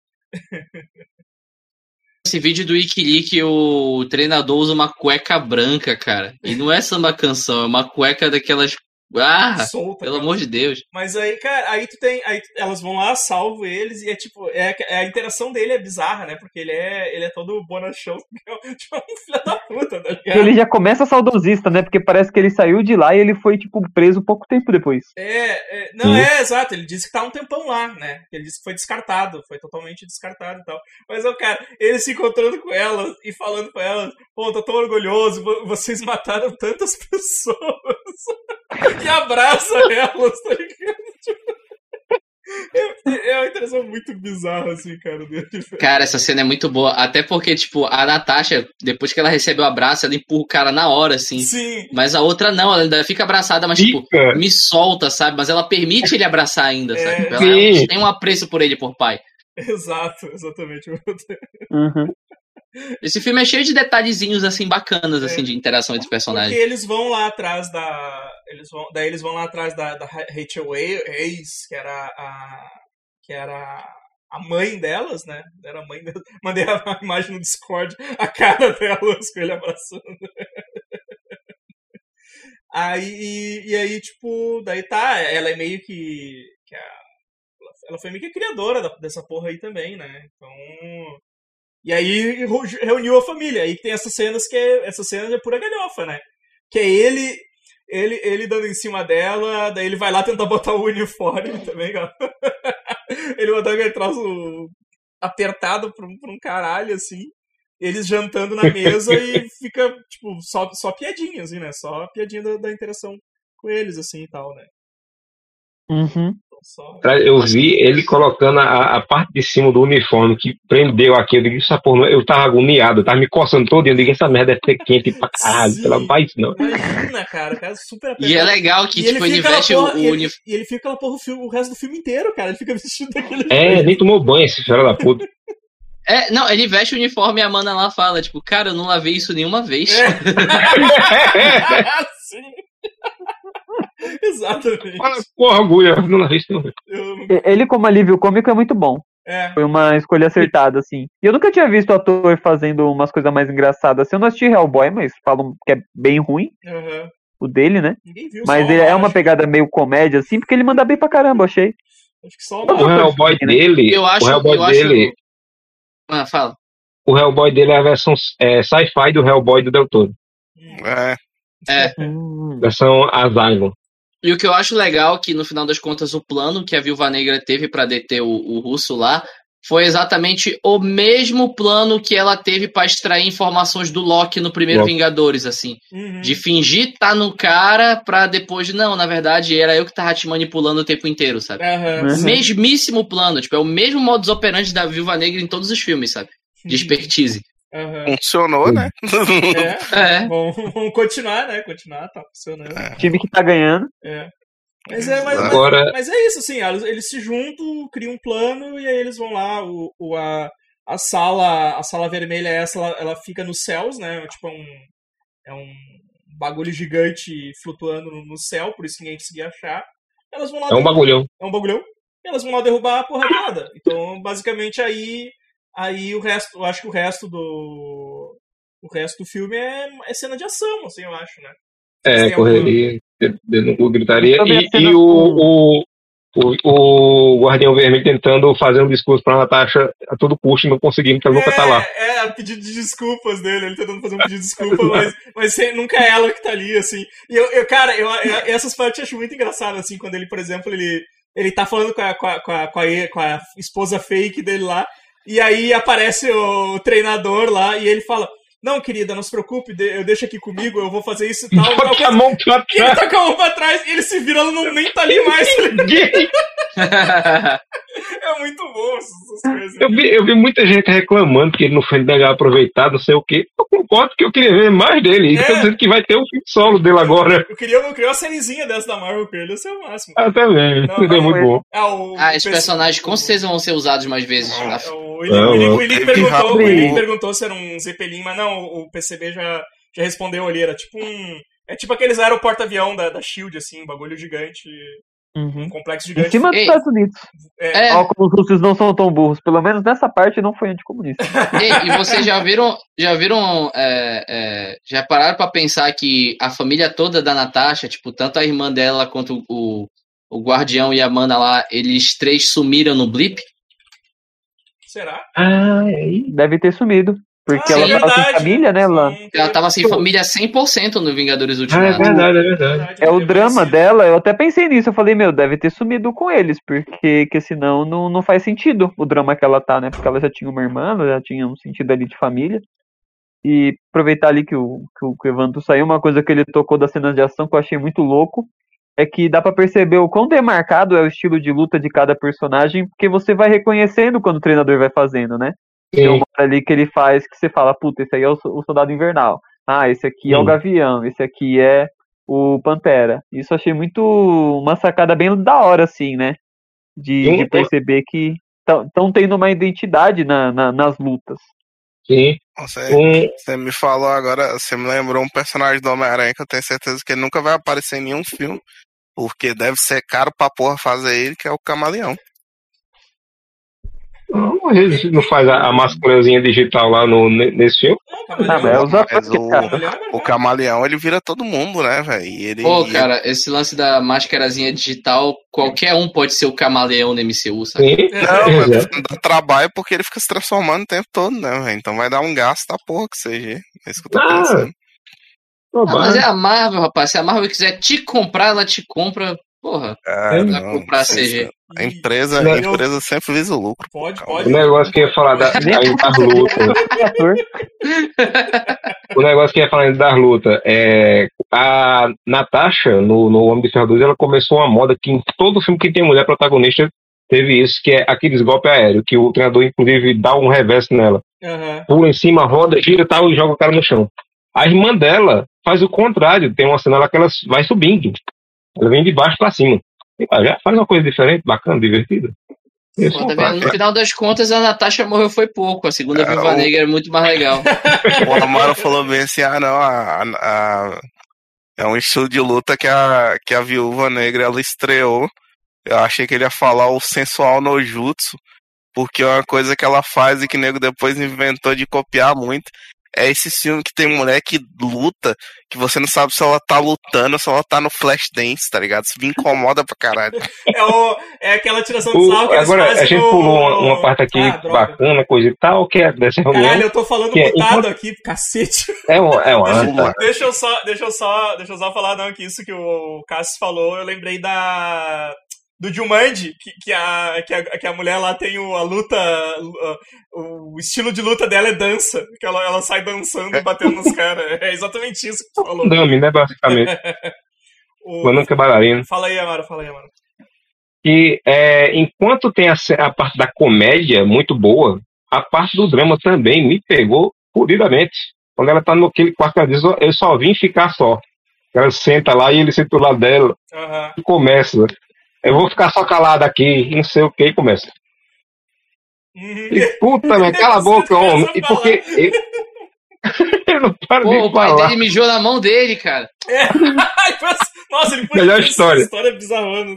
Esse vídeo do Ikilick, o treinador usa uma cueca branca, cara. E não é samba canção, é uma cueca daquelas... solta, pelo amor de Deus. Mas aí, cara, aí elas vão lá, salvam eles, e é tipo, a interação dele é bizarra, né? Porque ele é todo bonachão, tipo, um filho da puta, tá ligado? Ele já começa saudosista, né? Porque parece que ele saiu de lá e ele foi, tipo, preso pouco tempo depois. Exato, ele disse que tá um tempão lá, né? Ele disse que foi descartado, foi totalmente descartado e tal. Mas, cara, ele se encontrando com elas e falando com elas, pô, tô tão orgulhoso, vocês mataram tantas pessoas. E abraça elas, tá ligado? É uma interação muito bizarra, assim, cara. Cara, essa cena é muito boa. Até porque, tipo, a Natasha, depois que ela recebe o abraço, ela empurra o cara na hora, assim. Sim. Mas a outra não, ela ainda fica abraçada, mas, tipo, me solta, sabe? Mas ela permite ele abraçar ainda, sabe? Ela tem um apreço por ele, por pai. Exato, exatamente. Esse filme é cheio de detalhezinhos, assim, bacanas, assim, de interação entre os personagens. Porque eles vão lá atrás eles vão lá atrás da Rachel Weisz, que era a mãe delas, né? Era a mãe delas. Mandei a imagem no Discord, a cara delas com ele abraçando. Aí, tipo, daí tá, ela é meio que ela foi meio que a criadora dessa porra aí também, né? Então... E aí reuniu a família. Aí tem essas cenas essa cena é pura galhofa, né? Que é ele dando em cima dela, daí ele vai lá tentar botar o uniforme também, ó. Ele botou aquele troço apertado pra um caralho, assim. Eles jantando na mesa e fica, tipo, só piadinha, assim, né? Só piadinha da interação com eles, assim, e tal, né? Uhum. Eu vi ele colocando a parte de cima do uniforme que prendeu aqui. Eu digo, essa porra, eu tava agoniado, eu tava me coçando todo dia. Eu digo, essa merda deve ser quente pra caralho, pelo faz não. Imagina, cara super apertado. E é legal que, tipo, ele veste o uniforme. E ele fica aquela porra o resto do filme inteiro, cara. Ele fica vestido daquele jeito. Nem tomou banho esse filho da puta. Não, ele veste o uniforme e a Amanda lá fala, tipo, cara, eu não lavei isso nenhuma vez. Sim. Exatamente. Porra, orgulho, não lavei isso não. Ele, como alívio cômico, é muito bom. Foi uma escolha acertada, assim. E eu nunca tinha visto o ator fazendo umas coisas mais engraçadas. Eu não assisti Hellboy, mas falam que é bem ruim. O dele, né? Mas ele é uma pegada meio comédia, assim, porque ele manda bem pra caramba, achei. Acho que só o Hellboy dele. Eu acho. Fala. O Hellboy dele é a versão sci-fi do Hellboy do Del Toro. Versão Asylum. E o que eu acho legal é que, no final das contas, o plano que a Viúva Negra teve pra deter o russo lá foi exatamente o mesmo plano que ela teve pra extrair informações do Loki no primeiro Vingadores, assim. De fingir estar no cara pra depois... Não, na verdade, era eu que tava te manipulando o tempo inteiro, sabe? Mesmíssimo plano. Tipo, é o mesmo modus operandi da Viúva Negra em todos os filmes, sabe? De expertise. Funcionou, né? Vamos continuar, né? Tá funcionando. Time que tá ganhando. Mas é isso, assim, eles se juntam, criam um plano e aí eles vão lá, a sala vermelha ela fica nos céus, né? Tipo, é um bagulho gigante flutuando no céu, por isso que ninguém conseguia achar. Elas vão lá um bagulhão. É um bagulhão. E elas vão lá derrubar a porra toda. Então, basicamente, aí o resto, eu acho que o resto do filme é cena de ação, assim, eu acho, né? Correria, gritaria, e o Guardião Vermelho tentando fazer um discurso pra Natasha a todo custo e não conseguindo, porque ela nunca tá lá. Pedido de desculpas dele, ele tentando fazer um pedido de desculpa, mas nunca é ela que tá ali, assim. E cara, essas partes eu acho muito engraçadas, assim, quando ele, por exemplo, ele tá falando com a esposa fake dele lá, e aí aparece o treinador lá, e ele fala... Não, querida, não se preocupe, eu deixo aqui comigo, eu vou fazer isso e tal. Toca a mão pra trás. Ele toca a mão pra trás e ele se vira, ela nem tá ali mais. É muito bom essas coisas. Eu vi muita gente reclamando que ele não foi legal aproveitado, não sei o quê. Eu concordo que eu queria ver mais dele. Estou dizendo que vai ter um filme solo dele agora. Eu queria uma sériezinha dessa da Marvel com ele, ia ser o máximo. Também. É muito bom. Esses personagens com certeza vão ser usados mais vezes. O Willi perguntou se era um Zeppelin, mas não, o PCB já respondeu ali, era tipo é tipo aqueles aeroporto-avião da SHIELD, assim, um bagulho gigante, um complexo gigante. Em cima dos Estados Unidos. Como os russos não são tão burros, pelo menos nessa parte não foi anticomunista. E vocês já viram, já pararam pra pensar que a família toda da Natasha, tipo, tanto a irmã dela quanto o Guardião e a Amanda lá, eles três sumiram no blip? Será? Deve ter sumido. Porque ela tava sem família, né, lá? Ela tava sem família 100% no Vingadores Ultimato. É verdade. É o drama dela, eu até pensei nisso, eu falei, deve ter sumido com eles, porque senão não faz sentido o drama que ela tá, né? Porque ela já tinha uma irmã, ela já tinha um sentido ali de família. E aproveitar ali que o Evandro saiu, uma coisa que ele tocou das cenas de ação que eu achei muito louco, é que dá pra perceber o quão demarcado é o estilo de luta de cada personagem, porque você vai reconhecendo quando o treinador vai fazendo, né? Tem uma hora ali que ele faz que você fala, puta, esse aí é o Soldado Invernal. Esse aqui é o Gavião, esse aqui é o Pantera. Isso eu achei muito uma sacada bem da hora, assim, né? De perceber que estão tendo uma identidade nas lutas. Sim. Você me falou agora, você me lembrou um personagem do Homem-Aranha que eu tenho certeza que ele nunca vai aparecer em nenhum filme, porque deve ser caro pra porra fazer ele, que é o Camaleão. Não faz a masculinazinha digital lá nesse filme? O Camaleão, ele vira todo mundo, né, velho? Cara, esse lance da máscarazinha digital, qualquer um pode ser o Camaleão no MCU, sabe? Sim. Não dá trabalho porque ele fica se transformando o tempo todo, né, velho? Então vai dar um gasto da porra que CG. É isso que eu tô pensando. Mas é a Marvel, rapaz. Se a Marvel quiser te comprar, ela te compra Porra, pra comprar CG. A empresa sempre visa o lucro. Pode. O negócio que eu ia falar das lutas. O negócio que eu ia falar das lutas é. A Natasha, no Homem de Ferro 2, ela começou uma moda que em todo filme que tem mulher protagonista teve isso, que é aqueles golpes aéreos, que o treinador, inclusive, dá um reverso nela. Pula em cima, roda, gira e tal, e joga o cara no chão. A irmã dela faz o contrário, tem uma cena lá que ela vai subindo. Ela vem de baixo pra cima. Já faz uma coisa diferente, bacana, divertida. No final das contas, a Natasha morreu foi pouco. A segunda Viúva Negra é muito mais legal. O Amaro falou bem assim, é um estilo de luta que a Viúva Negra ela estreou. Eu achei que ele ia falar o sensual no jutsu, porque é uma coisa que ela faz e que o nego depois inventou de copiar muito. É esse filme que tem mulher que luta, que você não sabe se ela tá lutando ou se ela tá no flash dance, tá ligado? Isso me incomoda pra caralho. É aquela tiração de sarro que agora, a gente pulou uma parte aqui bacana, coisa e tal, que é dessa reunião. Caralho, eu tô falando mutado aqui, cacete. Deixa eu só falar, não, que isso que o Cássio falou, eu lembrei do Jumanji, que a mulher lá tem a luta, o estilo de luta dela é dança, que ela sai dançando e batendo nos caras. É exatamente isso que tu falou. Dami, né, basicamente. Mano, que é bailarino. Fala aí, Amaro. E enquanto tem a parte da comédia muito boa, a parte do drama também me pegou furidamente. Quando ela tá naquele quarto, ela diz, eu só vim ficar só. Ela senta lá e ele senta do lado dela e começa... Eu vou ficar só calado aqui, não sei o que, e começa. E puta, minha, cala a boca, homem. E porque eu não paro de falar. O pai dele mijou na mão dele, cara. Nossa, ele foi melhor história. Essa história é bizarrona.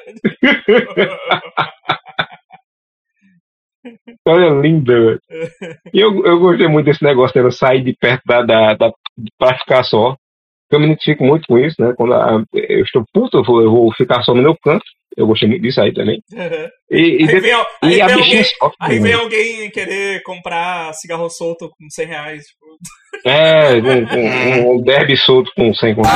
História linda, velho. E eu gostei muito desse negócio dela sair de perto pra ficar só. Eu me identifico muito com isso, né? Quando eu estou puto, eu vou ficar só no meu canto. Eu gostei muito disso aí também. Aí vem alguém querer comprar cigarro solto com R$100. Tipo. Um derby solto com 100 conto.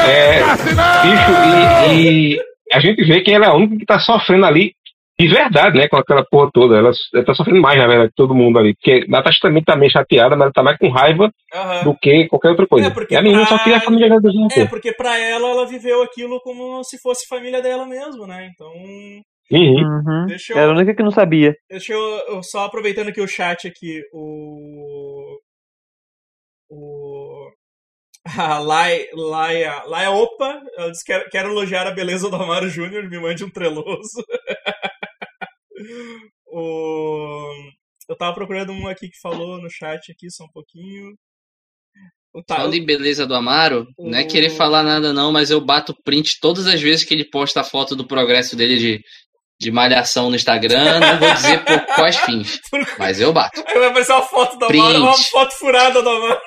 Bicho, e a gente vê que ela é a única que tá sofrendo ali de verdade, né? Com aquela porra toda. Ela tá sofrendo mais, na verdade, que todo mundo ali. Porque a Natasha também tá meio chateada, mas ela tá mais com raiva do que qualquer outra coisa. E a menina só queria a família dela. Porque pra ela viveu aquilo como se fosse família dela mesmo, né? Então... Era a única que não sabia. Deixa eu só aproveitando aqui o chat aqui, a Laia Opa, ela disse que quero elogiar a beleza do Amaro Júnior, me mande um treloso. Eu tava procurando um aqui que falou no chat aqui, só um pouquinho. Falando em beleza do Amaro, não é querer falar nada não, mas eu bato print todas as vezes que ele posta a foto do progresso dele de malhação no Instagram, não vou dizer por quais fins, mas eu bato. Aí vai aparecer uma foto do Amaro, uma foto furada do Amaro.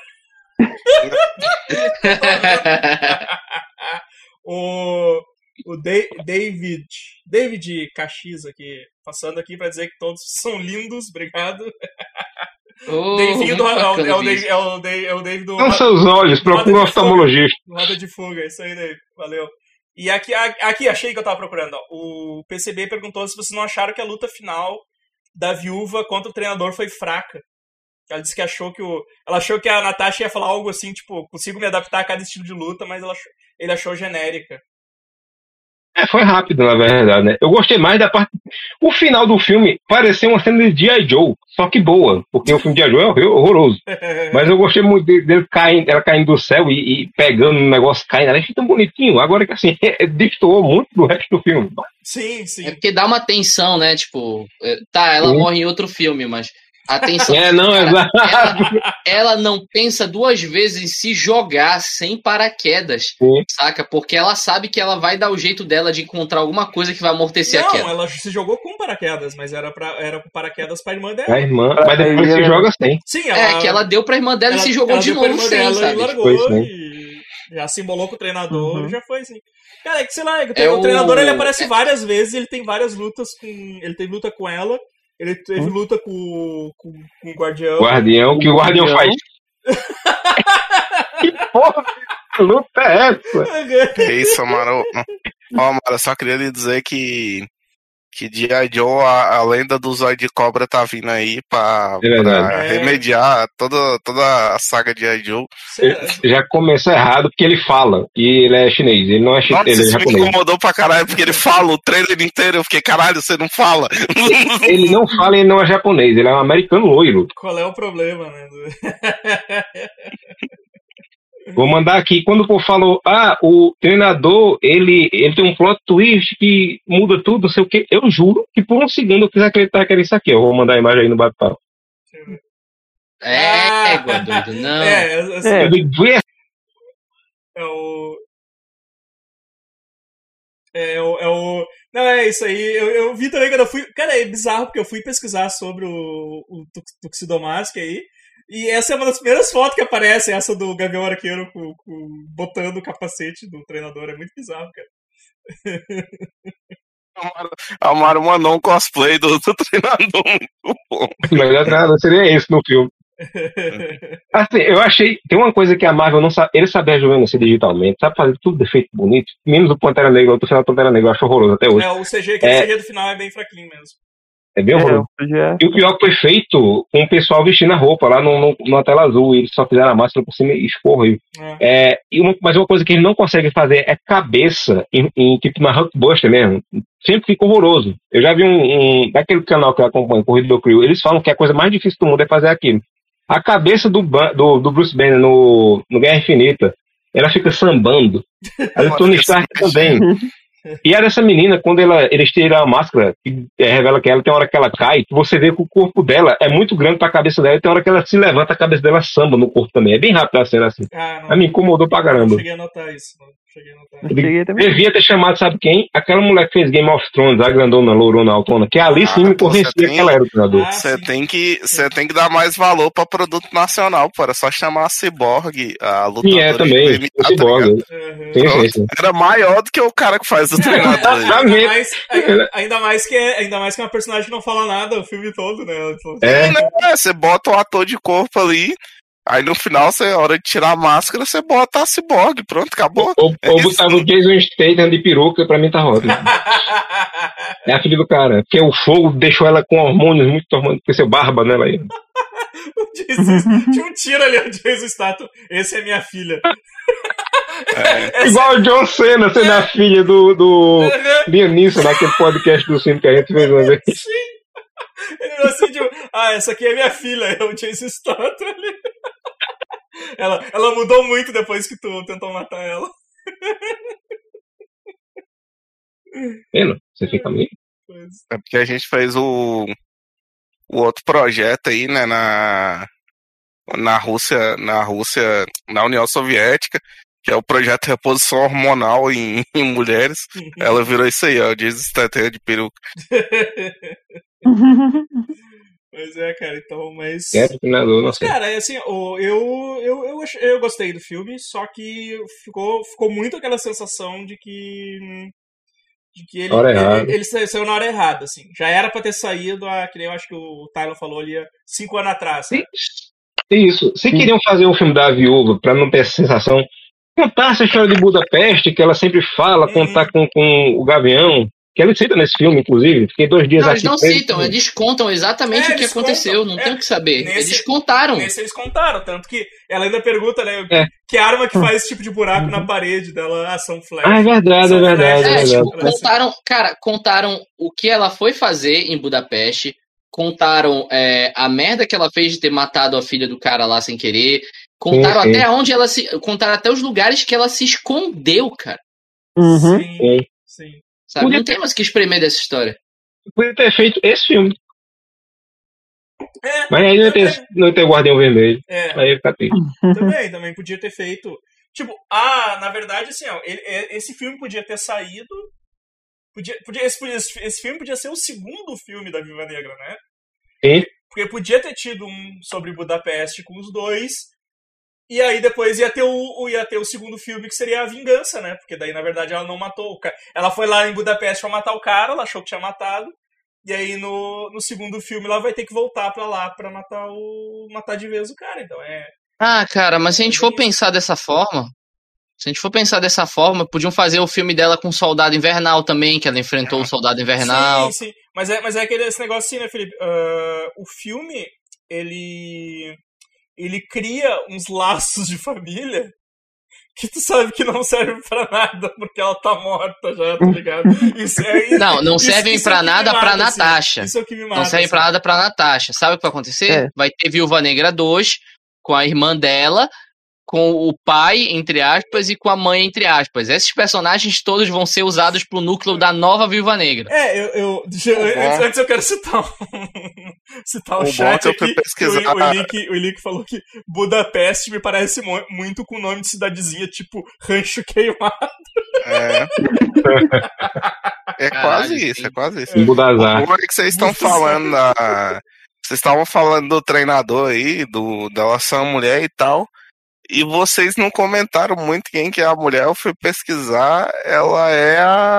O David Caxias aqui, passando aqui pra dizer que todos são lindos, obrigado. Bem-vindo, é o David do... São seus olhos, procura um oftalmologista. Roda de fuga, é isso aí, David, valeu. E aqui achei que eu tava procurando, ó. O PCB perguntou se vocês não acharam que a luta final da viúva contra o treinador foi fraca. Ela disse que ela achou que a Natasha ia falar algo assim, tipo, consigo me adaptar a cada estilo de luta, mas ele achou genérica. Foi rápido, na verdade, né? Eu gostei mais da parte... O final do filme pareceu uma cena de G.I. Joe, só que boa, porque o filme de G.I. Joe é horroroso. Mas eu gostei muito dele ela caindo do céu e pegando um negócio caindo. Ela achei tão bonitinho. Agora que, assim, destoou muito do resto do filme. Sim. É porque dá uma tensão, né? Tipo, ela morre em outro filme, mas... Atenção, ela não pensa duas vezes em se jogar sem paraquedas, saca? Porque ela sabe que ela vai dar o jeito dela de encontrar alguma coisa que vai amortecer a queda. Não, ela se jogou com paraquedas, mas era com paraquedas pra irmã dela. A irmã, mas depois se joga sem. Sim, que ela deu pra irmã dela e se jogou de novo sem, sabe? E largou, e já se embolou com o treinador e já foi assim. Cara, é que sei lá, o treinador ele aparece várias vezes, ele tem várias lutas ele tem luta com ela. Ele teve luta com o Guardião. Que o Guardião faz. Que porra! luta é essa? Que isso, Amaro. Ó, Amaro, eu só queria lhe dizer que G.I. Joe, a lenda do Zóio de Cobra tá vindo aí pra remediar toda a saga de G.I. Joe. Já começou errado porque ele fala e ele é chinês, ele não é chinês. Nossa, ele é isso japonês. me incomodou pra caralho, porque ele fala o trailer inteiro, eu fiquei, caralho, você não fala. Ele não fala, ele não é japonês, ele é um americano loiro. Qual é o problema, né? Vou mandar aqui, quando o povo falou, o treinador, ele tem um plot twist que muda tudo, não sei o que, eu juro que por um segundo eu quis acreditar que era isso aqui, eu vou mandar a imagem aí no bate-papo. Doido, não. Não, é isso aí. Eu vi também quando eu fui. Cara, é bizarro porque eu fui pesquisar sobre o Tuxedo Mask aí. E essa é uma das primeiras fotos que aparece, essa do Gavião Arqueiro botando o capacete do treinador. É muito bizarro, cara. Amaro mandou um cosplay do treinador muito bom. O melhor treinador seria esse no filme. Assim, eu achei. Tem uma coisa que a Marvel não sabe. Ele sabe rejuvenescer digitalmente, sabe fazer tudo defeito bonito, menos o Pantera Negra. O final do Pantera Negra eu acho horroroso até hoje. O CG do final é bem fraquinho mesmo. É bem horroroso. E o pior que foi feito com o pessoal vestindo a roupa lá numa tela azul, e eles só fizeram a máscara por cima e escorreu. Mas uma coisa que eles não conseguem fazer é cabeça tipo na Hulkbuster mesmo. Sempre fica horroroso. Eu já vi daquele canal que eu acompanho, Corrida do Crew, eles falam que a coisa mais difícil do mundo é fazer aquilo. A cabeça do Bruce Banner no Guerra Infinita, ela fica sambando. A do Tony Stark também. E a dessa menina, quando eles tiram a máscara, que revela que ela tem hora que ela cai, que você vê que o corpo dela é muito grande pra cabeça dela, e tem hora que ela se levanta, a cabeça dela samba no corpo também. É bem rápido a cena assim. Me incomodou pra caramba. Não cheguei a notar isso. Devia ter chamado, sabe quem? Aquela mulher que fez Game of Thrones, a grandona, lourona, altona, que ali sim me convencia que ela era o treinador. Você tem que dar mais valor pra produto nacional, pô. Era só chamar a Cyborg, a lutadora. Sim, é também. O Cyborg. Sim. Era maior do que o cara que faz o treinador. Ainda mais que é uma personagem que não fala nada o filme todo, né? Você bota o ator de corpo ali. Aí no final, a hora de tirar a máscara, você bota a Cyborg, pronto, acabou. Ou botava o Jason Statham de peruca, pra mim tá ótimo. É a filha do cara. Porque o fogo deixou ela com hormônios muito hormônios, porque seu barba nela aí. Tinha um tiro ali, o Jason Statham. Esse é minha filha. Igual o John Cena sendo a filha do Liam Neeson, naquele podcast do cinema que a gente fez uma vez. Sim. Ele falou assim, tipo, essa aqui é minha filha, é o Jason Statham ali. Ela mudou muito depois que tu tentou matar ela. Você fica meio. É porque a gente fez o outro projeto aí, né, na Rússia, na União Soviética, que é o projeto de reposição hormonal em mulheres. Ela virou isso aí, ó, diz estratégia de peruca. Pois é, cara, então, mas cara, assim, eu gostei do filme, só que ficou muito aquela sensação de que ele saiu na hora errada, assim. Já era pra ter saído, que nem eu acho que o Tyler falou ali, 5 anos atrás. Sabe? Isso. Se queriam fazer um filme da viúva pra não ter essa sensação, contar essa história de Budapeste, que ela sempre fala, contar com o Gavião, que ela cita nesse filme, inclusive. Fiquei 2 dias aqui. Eles não citam, eles contam exatamente o que aconteceu, não tem o que saber. Eles contaram. Eles contaram, tanto que ela ainda pergunta, né, que arma que faz esse tipo de buraco na parede dela, são flash. É verdade. Tipo, contaram o que ela foi fazer em Budapeste, contaram a merda que ela fez de ter matado a filha do cara lá sem querer, contaram até onde ela contaram até os lugares que ela se escondeu, cara. Sim. Sabe? Não tem mais que espremer dessa história. Podia ter feito esse filme. Mas aí não ia ter o Guardião Vermelho. Aí ia ficar triste. Também podia ter feito. Tipo, na verdade, assim, ó, esse filme podia ter saído. Esse filme podia ser o segundo filme da Viúva Negra, né? Sim. Porque podia ter tido um sobre Budapeste com os dois. E aí depois ia ter o segundo filme, que seria a vingança, né? Porque daí, na verdade, ela não matou o cara. Ela foi lá em Budapeste pra matar o cara, ela achou que tinha matado. E aí no segundo filme ela vai ter que voltar pra lá pra matar de vez o cara. Então cara, mas se a gente for pensar dessa forma, Se a gente for pensar dessa forma, podiam fazer o filme dela com o Soldado Invernal também, que ela enfrentou o Soldado Invernal. Sim. Mas é aquele esse negócio assim, né, Felipe? O filme, ele cria uns laços de família que tu sabe que não serve pra nada, porque ela tá morta já, tá ligado? Não servem pra nada pra Natasha. Isso é o que me mata. Não servem pra nada pra Natasha. Sabe o que vai acontecer? Vai ter Viúva Negra 2 com a irmã dela, com o pai, entre aspas, e com a mãe, entre aspas. Esses personagens todos vão ser usados pro núcleo da nova Viúva Negra. Antes eu quero citar o chat aqui. O Ilick falou que Budapeste me parece muito com o nome de cidadezinha, tipo Rancho Queimado. É quase isso. Budazar. Como é que vocês estão falando Vocês estavam falando do treinador aí, dela ser uma mulher e tal. E vocês não comentaram muito quem que é a mulher. Eu fui pesquisar. Ela é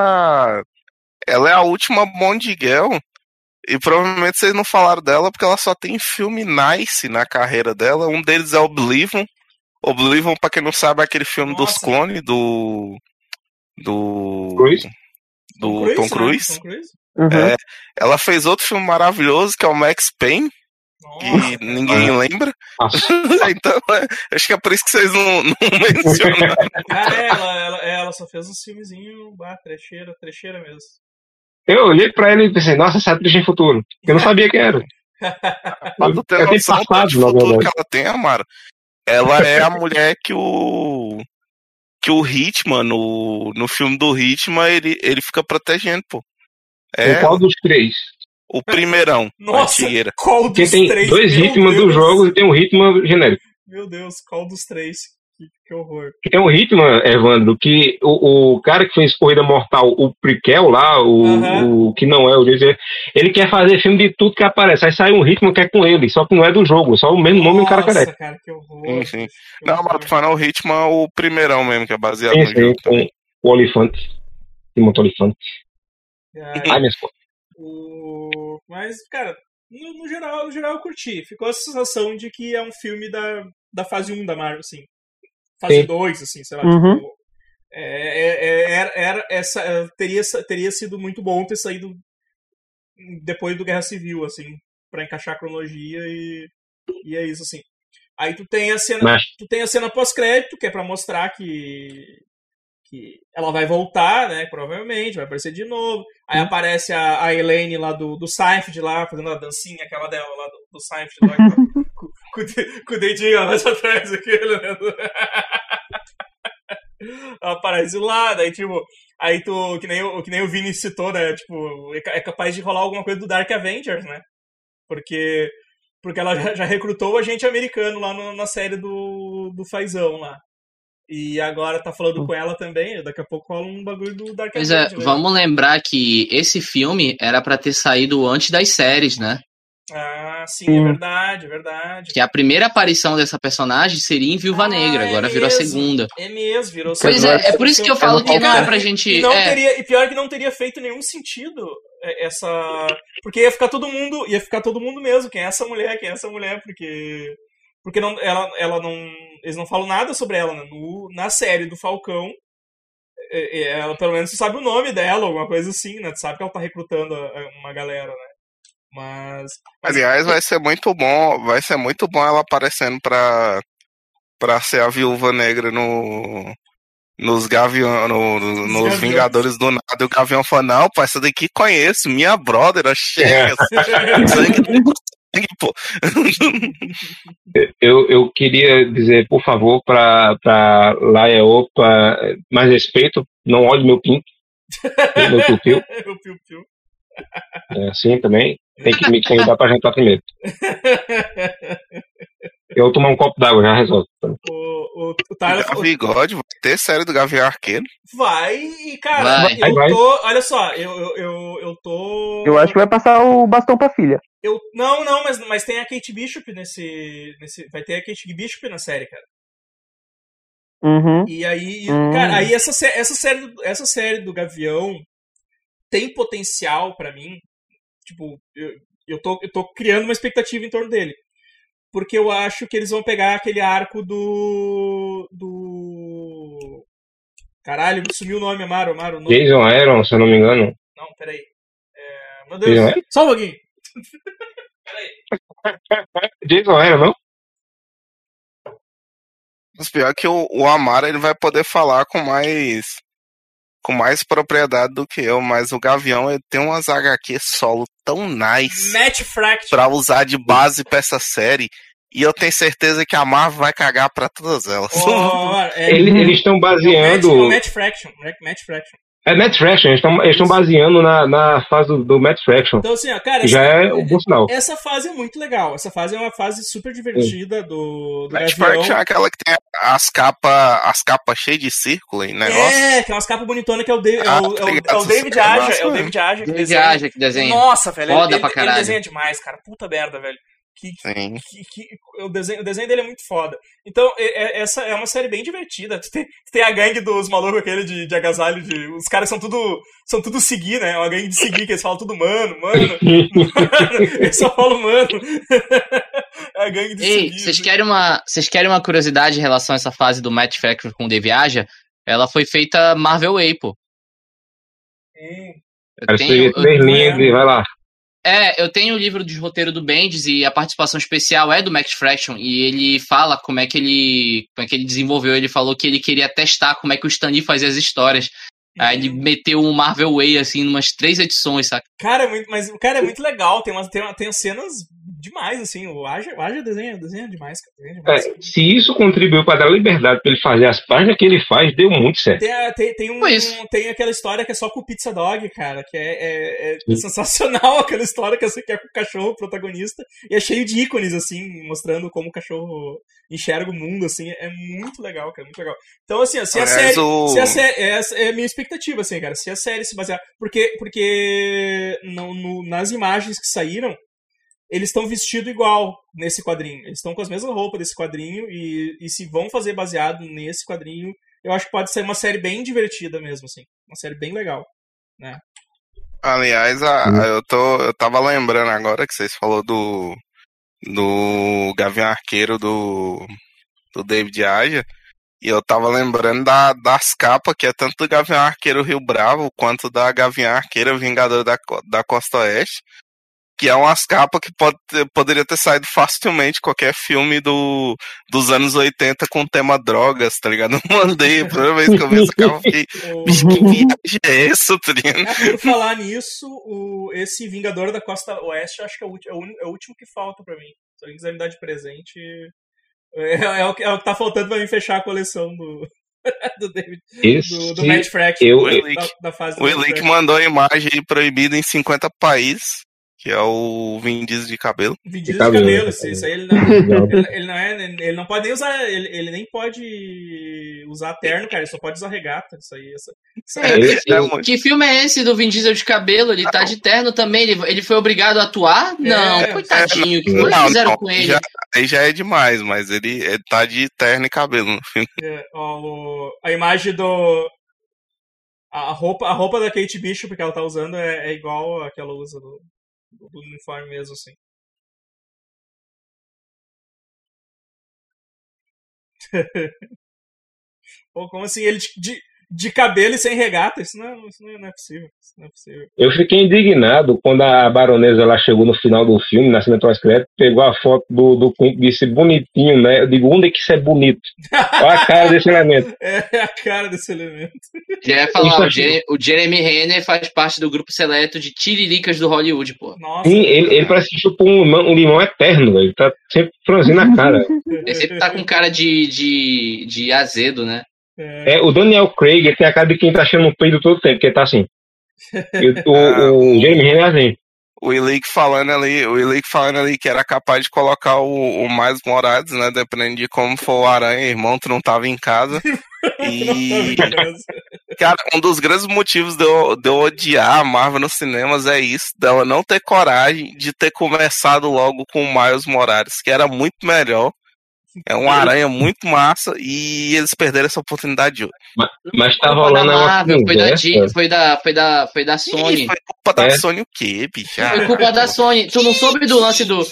a última Bond Girl. E provavelmente vocês não falaram dela porque ela só tem filme nice na carreira dela. Um deles é Oblivion. Oblivion, pra quem não sabe, é aquele filme dos clones do Tom Cruise. Uhum. Ela fez outro filme maravilhoso que é o Max Payne. Que ninguém lembra. Então, acho que é por isso que vocês não mencionaram. Ela só fez uns filmezinhos, trecheira mesmo. Eu olhei pra ela e pensei, nossa, essa atriz em futuro. Eu não sabia quem era. Mas tu tem noção do futuro que ela tem, Amaro? Ela é a mulher que o Hitman, no filme do Hitman, ele fica protegendo, pô. Qual dos três? O primeirão. Nossa, Antigueira. Qual dos tem três? Dois Hitman do jogo e tem um Hitman genérico. Meu Deus, qual dos três? Que horror. Tem um Hitman, Evandro, que o cara que fez Corrida Mortal, o Prequel lá, o que não é o Jason, ele quer fazer filme de tudo que aparece. Aí sai um Hitman que é com ele, só que não é do jogo, só o mesmo nome e o cara careca. Nossa, cara, que horror. Sim. Não, mas tu falando o Hitman, o primeirão mesmo, que é baseado no jogo. Com o Olifante. Timothy Olifante. Ai, minhas coisas. Mas, cara, no geral eu curti. Ficou a sensação de que é um filme da fase 1 da Marvel, assim. Fase 2, assim, sei lá. Uhum. Tipo, teria sido muito bom ter saído depois do Guerra Civil, assim, pra encaixar a cronologia e é isso, assim. Aí tu tem a cena pós-crédito, que é pra mostrar que ela vai voltar, né, provavelmente, vai aparecer de novo. Aí aparece a Elaine lá do Seinfeld lá, fazendo a dancinha, aquela dela lá do Seinfeld lá, com o dedinho lá mais atrás, aquele, né? Ela aparece lá, daí tipo, aí tu, que nem o Vini citou, né, tipo, é capaz de rolar alguma coisa do Dark Avengers, né? Porque ela já recrutou o agente americano lá na série do Fazão lá. E agora tá falando com ela também, daqui a pouco rola um bagulho do Dark Avengers. Pois é, vamos lembrar que esse filme era pra ter saído antes das séries, né? Ah, sim, é verdade. Que a primeira aparição dessa personagem seria em Viúva Negra, agora virou a segunda. É mesmo, virou a segunda. Pois é por isso que eu falo que não é pra gente... E pior que não teria feito nenhum sentido essa... Porque ia ficar todo mundo mesmo, quem é essa mulher, porque não, ela não... Eles não falam nada sobre ela, né? Na série do Falcão, ela pelo menos sabe o nome dela, alguma coisa assim, né? Tu sabe que ela tá recrutando uma galera, né? Mas... Aliás, vai ser muito bom ela aparecendo pra ser a Viúva Negra nos Vingadores do Nada. E o Gavião falou, não, pô, essa daqui conheço, minha brother, chega. Pô. Eu queria dizer, por favor, pra Laia Opa, mais respeito, não olhe meu pinto, meu piu-piu. Meu piu-piu. É assim também, tem que me convidar pra jantar primeiro. Eu tomar um copo d'água, já resolve. O Tyler... Bigode, vai ter série do Gavião Arqueiro? Vai, cara, vai. Olha só, eu tô... Eu acho que vai passar o bastão pra filha. Não, mas tem a Kate Bishop nesse... Vai ter a Kate Bishop na série, cara. Uhum. E aí, cara, aí essa série do Gavião tem potencial pra mim. Tipo, eu tô criando uma expectativa em torno dele. Porque eu acho que eles vão pegar aquele arco do Caralho, me sumiu o nome, Amaro. Jason Aaron, se eu não me engano. Não, peraí. Meu Deus, só um pouquinho. Jason Aaron, não? Mas pior que o Amaro, ele vai poder falar com mais propriedade do que eu, mas o Gavião, ele tem umas HQ solo tão nice Match Fraction pra usar de base pra essa série, e eu tenho certeza que a Marvel vai cagar pra todas elas. Eles estão baseando... Match Fraction. É Matt Fraction, eles estão baseando na fase do Matt Fraction. Então, assim, ó, cara, já é um bom sinal. Essa fase é muito legal. Essa fase é uma fase super divertida do Matt Fraction é aquela que tem as capas cheias de círculo e negócio. Que é umas capas bonitonas que é o David Aja. É o David Aja que desenha. Nossa, velho. Foda pra caralho. Ele desenha demais, cara. Puta merda, velho. O desenho dele é muito foda. Então, essa é uma série bem divertida. Tu tem a gangue dos malucos aquele de agasalho. Os caras são tudo seguir, né? É uma gangue de seguir, que eles falam tudo mano. Eles só falam mano. É a gangue de seguir. Vocês querem uma curiosidade em relação a essa fase do Matt Fraction com o David Aja? Ela foi feita Marvel Way, pô. Vai lá. Eu tenho o livro de roteiro do Bendis e a participação especial é do Matt Fraction e ele fala como é que ele desenvolveu. Ele falou que ele queria testar como é que o Stan Lee fazia as histórias. Aí ele meteu um Marvel Way, assim, umas 3 edições, saca? Cara, é muito legal. Tem cenas demais, assim. O Aja desenha demais, cara. Se isso contribuiu pra dar liberdade pra ele fazer as páginas que ele faz, deu muito certo. Tem aquela história que é só com o Pizza Dog, cara, que é sensacional, aquela história que é com o cachorro protagonista, e é cheio de ícones, assim, mostrando como o cachorro enxerga o mundo, assim, é muito legal, cara, muito legal. Então, assim, essa é a minha expectativa, assim, cara, se a série se basear, porque nas imagens que saíram, eles estão vestidos igual nesse quadrinho. Eles estão com as mesmas roupas desse quadrinho e se vão fazer baseado nesse quadrinho, eu acho que pode ser uma série bem divertida mesmo, assim. Uma série bem legal, né? Aliás, eu tava lembrando agora que vocês falaram do Gavião Arqueiro do David Aja, e eu tava lembrando das capas, que é tanto do Gavião Arqueiro Rio Bravo, quanto da Gavião Arqueiro Vingador da Costa Oeste, que é umas capas que poderia ter saído facilmente qualquer filme dos anos 80 com tema drogas, tá ligado? Eu mandei, a primeira vez que eu vi essa capa, eu fiquei, bicho, que viagem é essa, tá ligado? Por falar nisso, esse Vingador da Costa Oeste, eu acho que é o último que falta pra mim. Se alguém quiser me dar de presente, é o que tá faltando pra mim fechar a coleção do David, do Matt Fraction, da fase do o Elick mandou a imagem proibida em 50 países, que é o Vin Diesel de cabelo. Vin Diesel de cabelo, isso aí ele não pode nem usar, ele nem pode usar terno, cara, ele só pode usar regata, isso aí. Que filme é esse do Vin Diesel de cabelo? Ele tá de terno também, ele foi obrigado a atuar? Não, coitadinho, o que fizeram com ele? Aí já é demais, mas ele tá de terno e cabelo no filme. A imagem a roupa da Kate Bishop que ela tá usando é igual a que ela usa do uniforme mesmo, assim. Pô, como assim? Ele de cabelo e sem regata? Isso não é possível. Isso não é possível. Eu fiquei indignado quando a baronesa ela chegou no final do filme, na cena pós-crédito, pegou a foto do Quint, disse bonitinho, né? Eu digo, onde é que isso é bonito? Olha a cara desse elemento. É a cara desse elemento. Já ia falar, o Jeremy Renner faz parte do grupo seleto de tiriricas do Hollywood, pô. Nossa, sim, ele parece que chupa um limão eterno, ele tá sempre franzindo a cara. Ele sempre tá com cara de azedo, né? O Daniel Craig, ele tem a cara de quem tá achando um peido todo tempo, porque ele tá assim. O Jeremy Renner é assim. O Elick falando ali que era capaz de colocar o Miles Morales, né? Dependendo de como for o Aranha, irmão, tu não tava em casa. E, cara, um dos grandes motivos de eu odiar a Marvel nos cinemas é isso, dela não ter coragem de ter começado logo com o Miles Morales, que era muito melhor. É um Aranha muito massa e eles perderam essa oportunidade de hoje. Mas tá rolando uma Marvel, foi da Sony. Foi culpa da Sony o quê, bicho? Foi culpa da Sony. Tu não soube do lance do...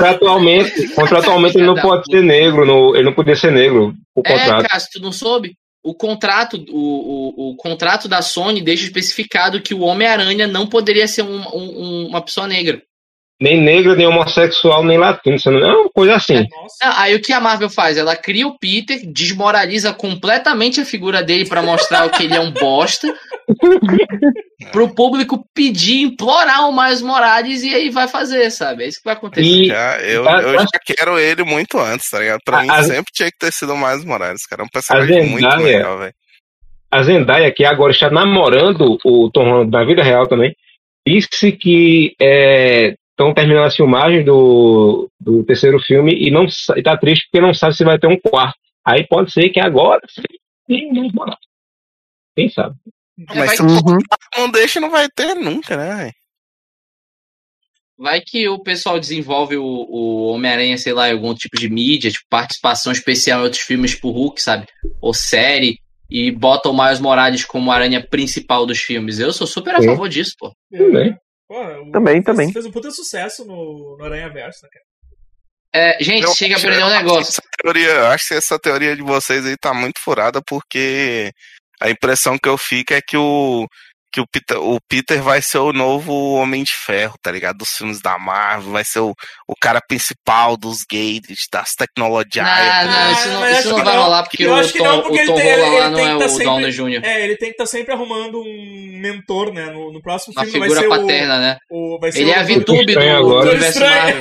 Contratualmente ele não pode ser negro, ele não podia ser negro. O contrato. Cássio, tu não soube? o contrato da Sony deixa especificado que o Homem-Aranha não poderia ser uma pessoa negra. Nem negra, nem homossexual, nem latino. Não é uma coisa assim. Aí o que a Marvel faz? Ela cria o Peter, desmoraliza completamente a figura dele pra mostrar que ele é um bosta, pro público pedir, implorar o Miles Morales, e aí vai fazer, sabe? É isso que vai acontecer. Eu já quero ele muito antes, tá ligado? Pra mim sempre tinha que ter sido o Miles Morales, cara. É um personagem muito legal, velho. A Zendaya, que agora está namorando o Tom Holland na vida real também, disse que estão terminando as filmagens do terceiro filme e tá triste porque não sabe se vai ter um quarto. Aí pode ser que agora quem sabe? Mas se não deixa, não vai ter nunca, né, véio? Vai que o pessoal desenvolve o Homem-Aranha, sei lá, em algum tipo de mídia, tipo participação especial em outros filmes pro Hulk, sabe? Ou série, e bota o Miles Morales como a aranha principal dos filmes. Eu sou super a favor disso, pô. Também. Fez um puta sucesso no Aranhaverso, né, cara? Gente, chega a aprender um negócio. Acho que essa teoria de vocês aí tá muito furada, porque a impressão que eu fico é que o Peter vai ser o novo Homem de Ferro, tá ligado? Dos filmes da Marvel, vai ser o cara principal dos gadgets, das tecnologias. Isso não vai rolar, porque o Tom Holland lá não é o Downey Jr. Ele tem que estar sempre arrumando um mentor, né? No próximo filme vai ser figura paterna, né? Ele é a VTube do universo Marvel.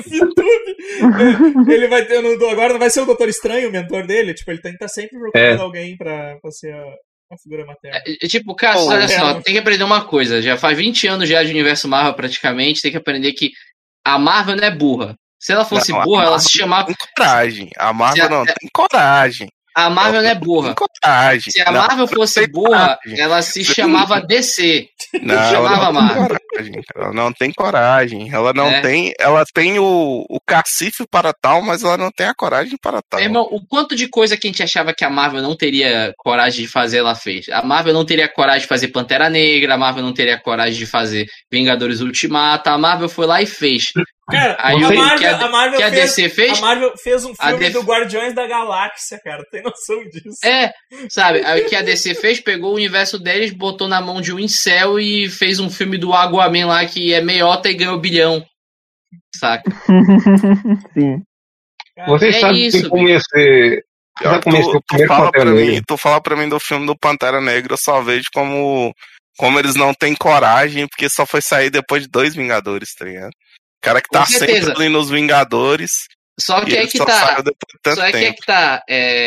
Ele vai ter agora não vai ser o Doutor Estranho o mentor dele, tipo, ele tem que estar sempre procurando alguém pra ser a figura materna. Tipo, cara, olha só, tem que aprender uma coisa. Já faz 20 anos já de universo Marvel praticamente, tem que aprender que a Marvel não é burra. Se ela fosse burra, ela se chamava... Tem coragem. A Marvel não tem coragem. A Marvel não é burra. Se a Marvel fosse burra, ela se chamava DC. Não chamava Marvel. Ela não tem coragem. Ela não tem. Ela tem o cacife para tal, mas ela não tem a coragem para tal. Irmão, o quanto de coisa que a gente achava que a Marvel não teria coragem de fazer, ela fez. A Marvel não teria coragem de fazer Pantera Negra, a Marvel não teria coragem de fazer Vingadores Ultimato, a Marvel foi lá e fez. Cara, aí a Marvel a DC fez? A Marvel fez um filme do Guardiões da Galáxia, cara. Tem noção disso? Sabe? Aí o que a DC fez? Pegou o universo deles, botou na mão de um incel e fez um filme do Aquaman lá que é meiota e ganhou 1 bilhão. Saca? Sim. Vocês sabem que comecei... Tu fala pra mim do filme do Pantera Negra, eu só vejo como eles não têm coragem, porque só foi sair depois de 2 Vingadores, tá ligado? O cara que tá sempre ali nos Vingadores. Só que é que tá.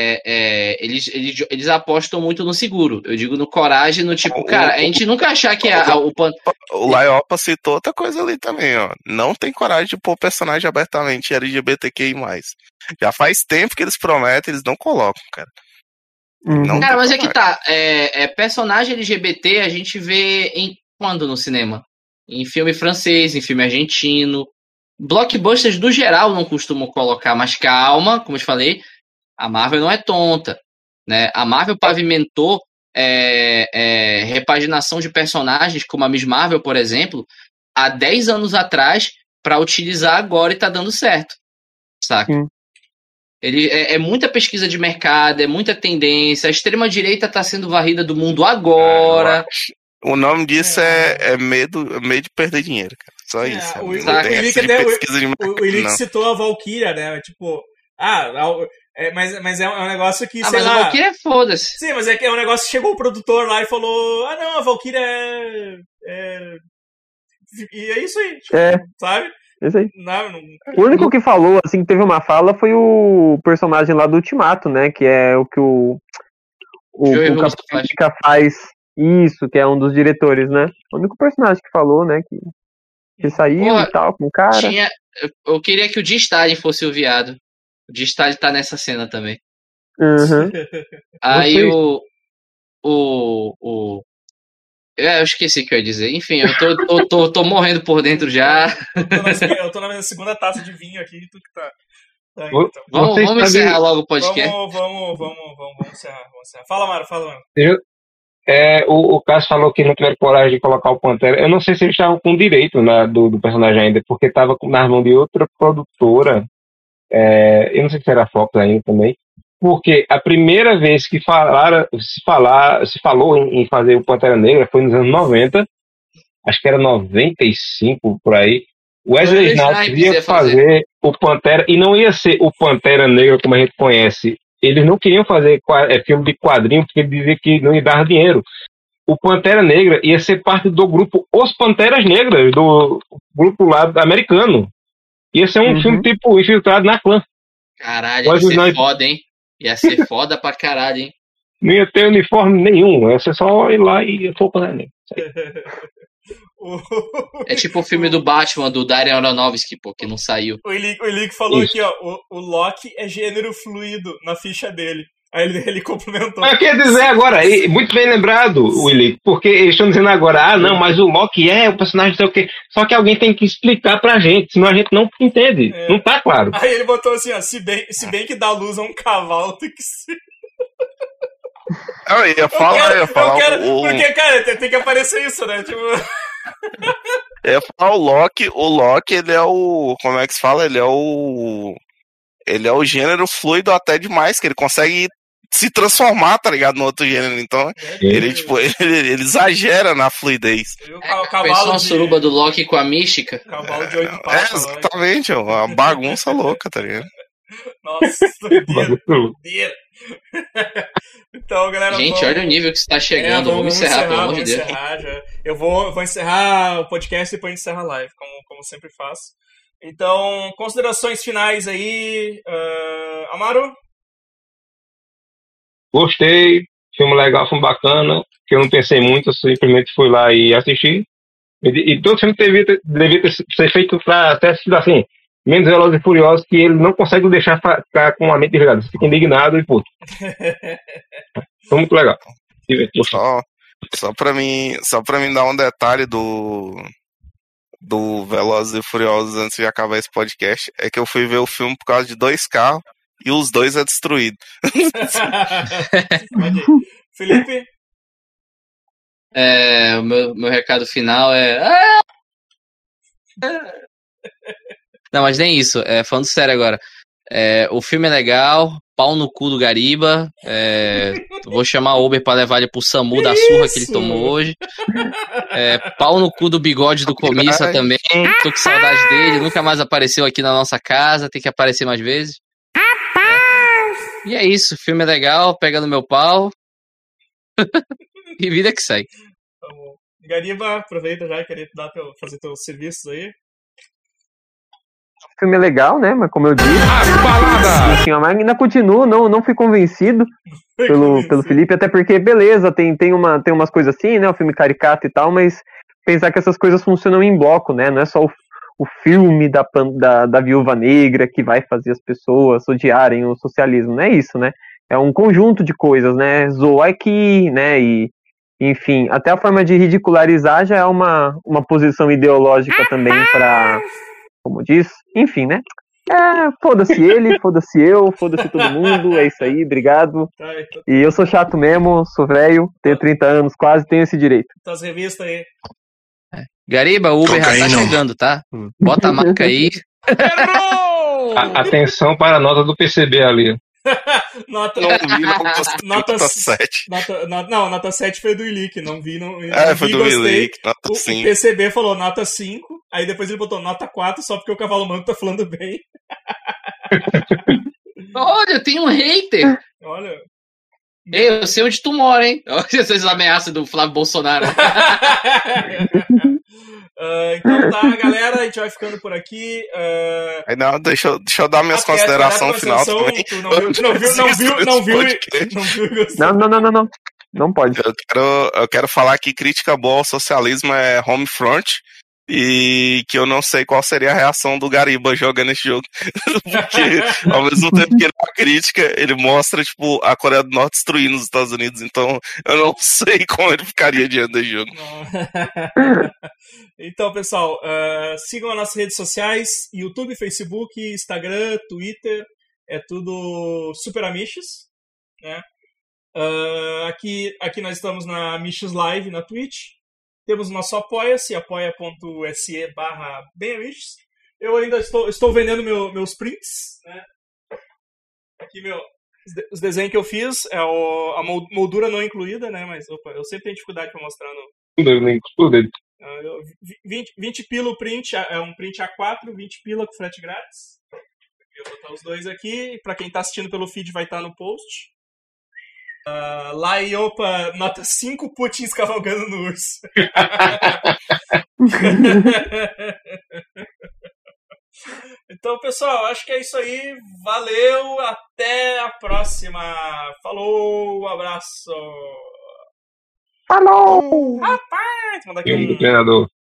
Eles apostam muito no seguro. Eu digo no coragem, no tipo, cara, a gente nunca achar que o Laiopa citou outra coisa ali também, ó. Não tem coragem de pôr personagem abertamente LGBTQI+. Já faz tempo que eles prometem, eles não colocam, cara. Cara, mas é que tá. Personagem LGBT a gente vê quando no cinema? Em filme francês, em filme argentino. Blockbusters do geral não costumam colocar, mas calma, como eu te falei, a Marvel não é tonta, né? A Marvel pavimentou repaginação de personagens, como a Miss Marvel, por exemplo, há 10 anos atrás, para utilizar agora e tá dando certo, saca? É muita pesquisa de mercado, é muita tendência, a extrema-direita tá sendo varrida do mundo agora. O nome disso é medo de perder dinheiro, cara. Só isso. O Ilick citou a Valkyria, né? Tipo, mas é um negócio que, sei lá... a Valkyria é foda-se. Sim, mas é um negócio que chegou o produtor lá e falou, não, a Valkyria E é isso aí, tipo, sabe? Isso aí. O único que falou, assim, que teve uma fala foi o personagem lá do Ultimato, né? Que é o que o Capitão América faz... Isso, que é um dos diretores, né? O único personagem que falou, né? Que saiu e tal, com o cara. Eu queria que o Jim Stalin fosse o viado. O Jim Stalin tá nessa cena também. Aí eu esqueci o que eu ia dizer. Enfim, eu tô morrendo por dentro já. Eu tô na minha segunda taça de vinho aqui. Tu que tá então. Vamos encerrar logo o podcast. Vamos encerrar. Fala, Mário. O Cássio falou que não tiveram coragem de colocar o Pantera. Eu não sei se eles estavam com direito do personagem ainda, porque estava nas mãos de outra produtora. Eu não sei se era a Fox ainda também. porque a primeira vez que se falou em fazer o Pantera Negra foi nos anos 90, acho que era 95 por aí. O Wesley Snipes ia fazer o Pantera, e não ia ser o Pantera Negra como a gente conhece. Eles não queriam fazer filme de quadrinho porque ele dizia que não ia dar dinheiro. O Pantera Negra ia ser parte do grupo Os Panteras Negras, do grupo lá americano. Ia ser um filme tipo infiltrado na clã. Caralho, ia ser foda, hein? Ia ser foda pra caralho, hein? Não ia ter uniforme nenhum, ia ser só ir lá e for o Pantera Negra. É tipo o filme do Batman, do Darren Aronofsky, pô, que não saiu. O Ilick falou aqui, ó, o Loki é gênero fluido na ficha dele. Aí ele complementou. Mas eu queria dizer agora, muito bem lembrado, Willy, porque eles estão dizendo agora, não, mas o Loki é o personagem, não sei o quê. Só que alguém tem que explicar pra gente, senão a gente não entende. Não tá claro. Aí ele botou assim, ó, se bem que dá luz a um cavalo, tem que ser. Eu ia falar. Porque, cara, tem que aparecer isso, né? Tipo. Eu ia falar o Loki, ele é o. Como é que se fala? Ele é o gênero fluido até demais, que ele consegue se transformar, tá ligado, no outro gênero. Então, ele exagera na fluidez. Pensou uma suruba do Loki com a mística? Cavalo de 8 patas. Exatamente, uma bagunça louca, tá ligado? Nossa, doideira. Então, galera. Gente, olha o nível que você tá chegando. Vamos encerrar, pelo amor de Deus. Já. Eu vou encerrar o podcast e depois encerrar a live, como sempre faço. Então, considerações finais aí. Amaro? Gostei, filme legal, filme bacana, que eu não pensei muito, eu simplesmente fui lá e assisti. E todo filme devia ser feito pra ter sido assim, menos Velozes e Furiosos, que ele não consegue deixar ficar com a mente desligada, você fica indignado e puto. Foi muito legal. Só pra mim dar um detalhe do Velozes e Furiosos antes de acabar esse podcast, é que eu fui ver o filme por causa de 2 carros e os 2 é destruído. Felipe? O meu recado final é... Não, mas nem isso. Falando sério agora. O filme é legal, pau no cu do Gariba. Vou chamar o Uber pra levar ele pro SAMU da surra que ele tomou hoje. Pau no cu do Bigode do Comissa também. Tô com saudade dele, nunca mais apareceu aqui na nossa casa, tem que aparecer mais vezes. E é isso, o filme é legal, pega no meu pau. E vida que segue. Gariba, aproveita já, queria te dar pra fazer teus serviços aí. O filme é legal, né? Mas como eu disse, enfim, mas ainda continuo, não fui convencido pelo Felipe, até porque, beleza, tem umas coisas assim, né? O filme caricato e tal, mas pensar que essas coisas funcionam em bloco, né? Não é só o filme da Viúva Negra que vai fazer as pessoas odiarem o socialismo, não é isso, né? É um conjunto de coisas, né? Zoar aqui, né? E, enfim, até a forma de ridicularizar já é uma posição ideológica também para, como diz, enfim, né? Foda-se ele, foda-se eu, foda-se todo mundo, é isso aí, obrigado. E eu sou chato mesmo, sou velho, tenho 30 anos quase, tenho esse direito. Tuas revistas aí. Gariba, o Uber já tá chegando, tá? Bota a marca aí. Atenção para a nota do PCB ali. Nota 7. Nota 7 foi do Ilick, não vi. Foi do Ilick, nota 5. O PCB falou nota 5, aí depois ele botou nota 4 só porque o Cavalo Manco tá falando bem. Olha, tem um hater. Olha. Eu sei onde tu mora, hein? Olha essas ameaças do Flávio Bolsonaro. Então tá, galera, a gente vai ficando por aqui. Não, deixa eu dar minhas considerações final também. Não viu? Não pode. Eu quero falar que crítica boa ao socialismo é Homefront. E que eu não sei qual seria a reação do Gariba jogando esse jogo. Porque, ao mesmo tempo que ele é uma crítica, ele mostra, tipo, a Coreia do Norte destruindo os Estados Unidos. Então, eu não sei como ele ficaria diante desse jogo. Então, pessoal, sigam as nossas redes sociais: YouTube, Facebook, Instagram, Twitter. É tudo Super Amiches, né? Aqui nós estamos na Amiches Live, na Twitch. Temos o nosso Apoia-se, apoia.se/bemamiches. Eu ainda estou vendendo meus prints, né? Aqui, Os desenhos que eu fiz é a moldura não incluída, né? Mas eu sempre tenho dificuldade para mostrar no... Tudo. 20 pila o print, é um print A4, 20 pila com frete grátis. Eu vou botar os dois aqui. Para quem está assistindo pelo feed, vai estar no post. Lá e opa, nota 5 Putins cavalgando no urso. Então, pessoal, acho que é isso aí. Valeu, até a próxima. Falou, abraço. Falou! Rapaz, manda aqui Filme do treinador.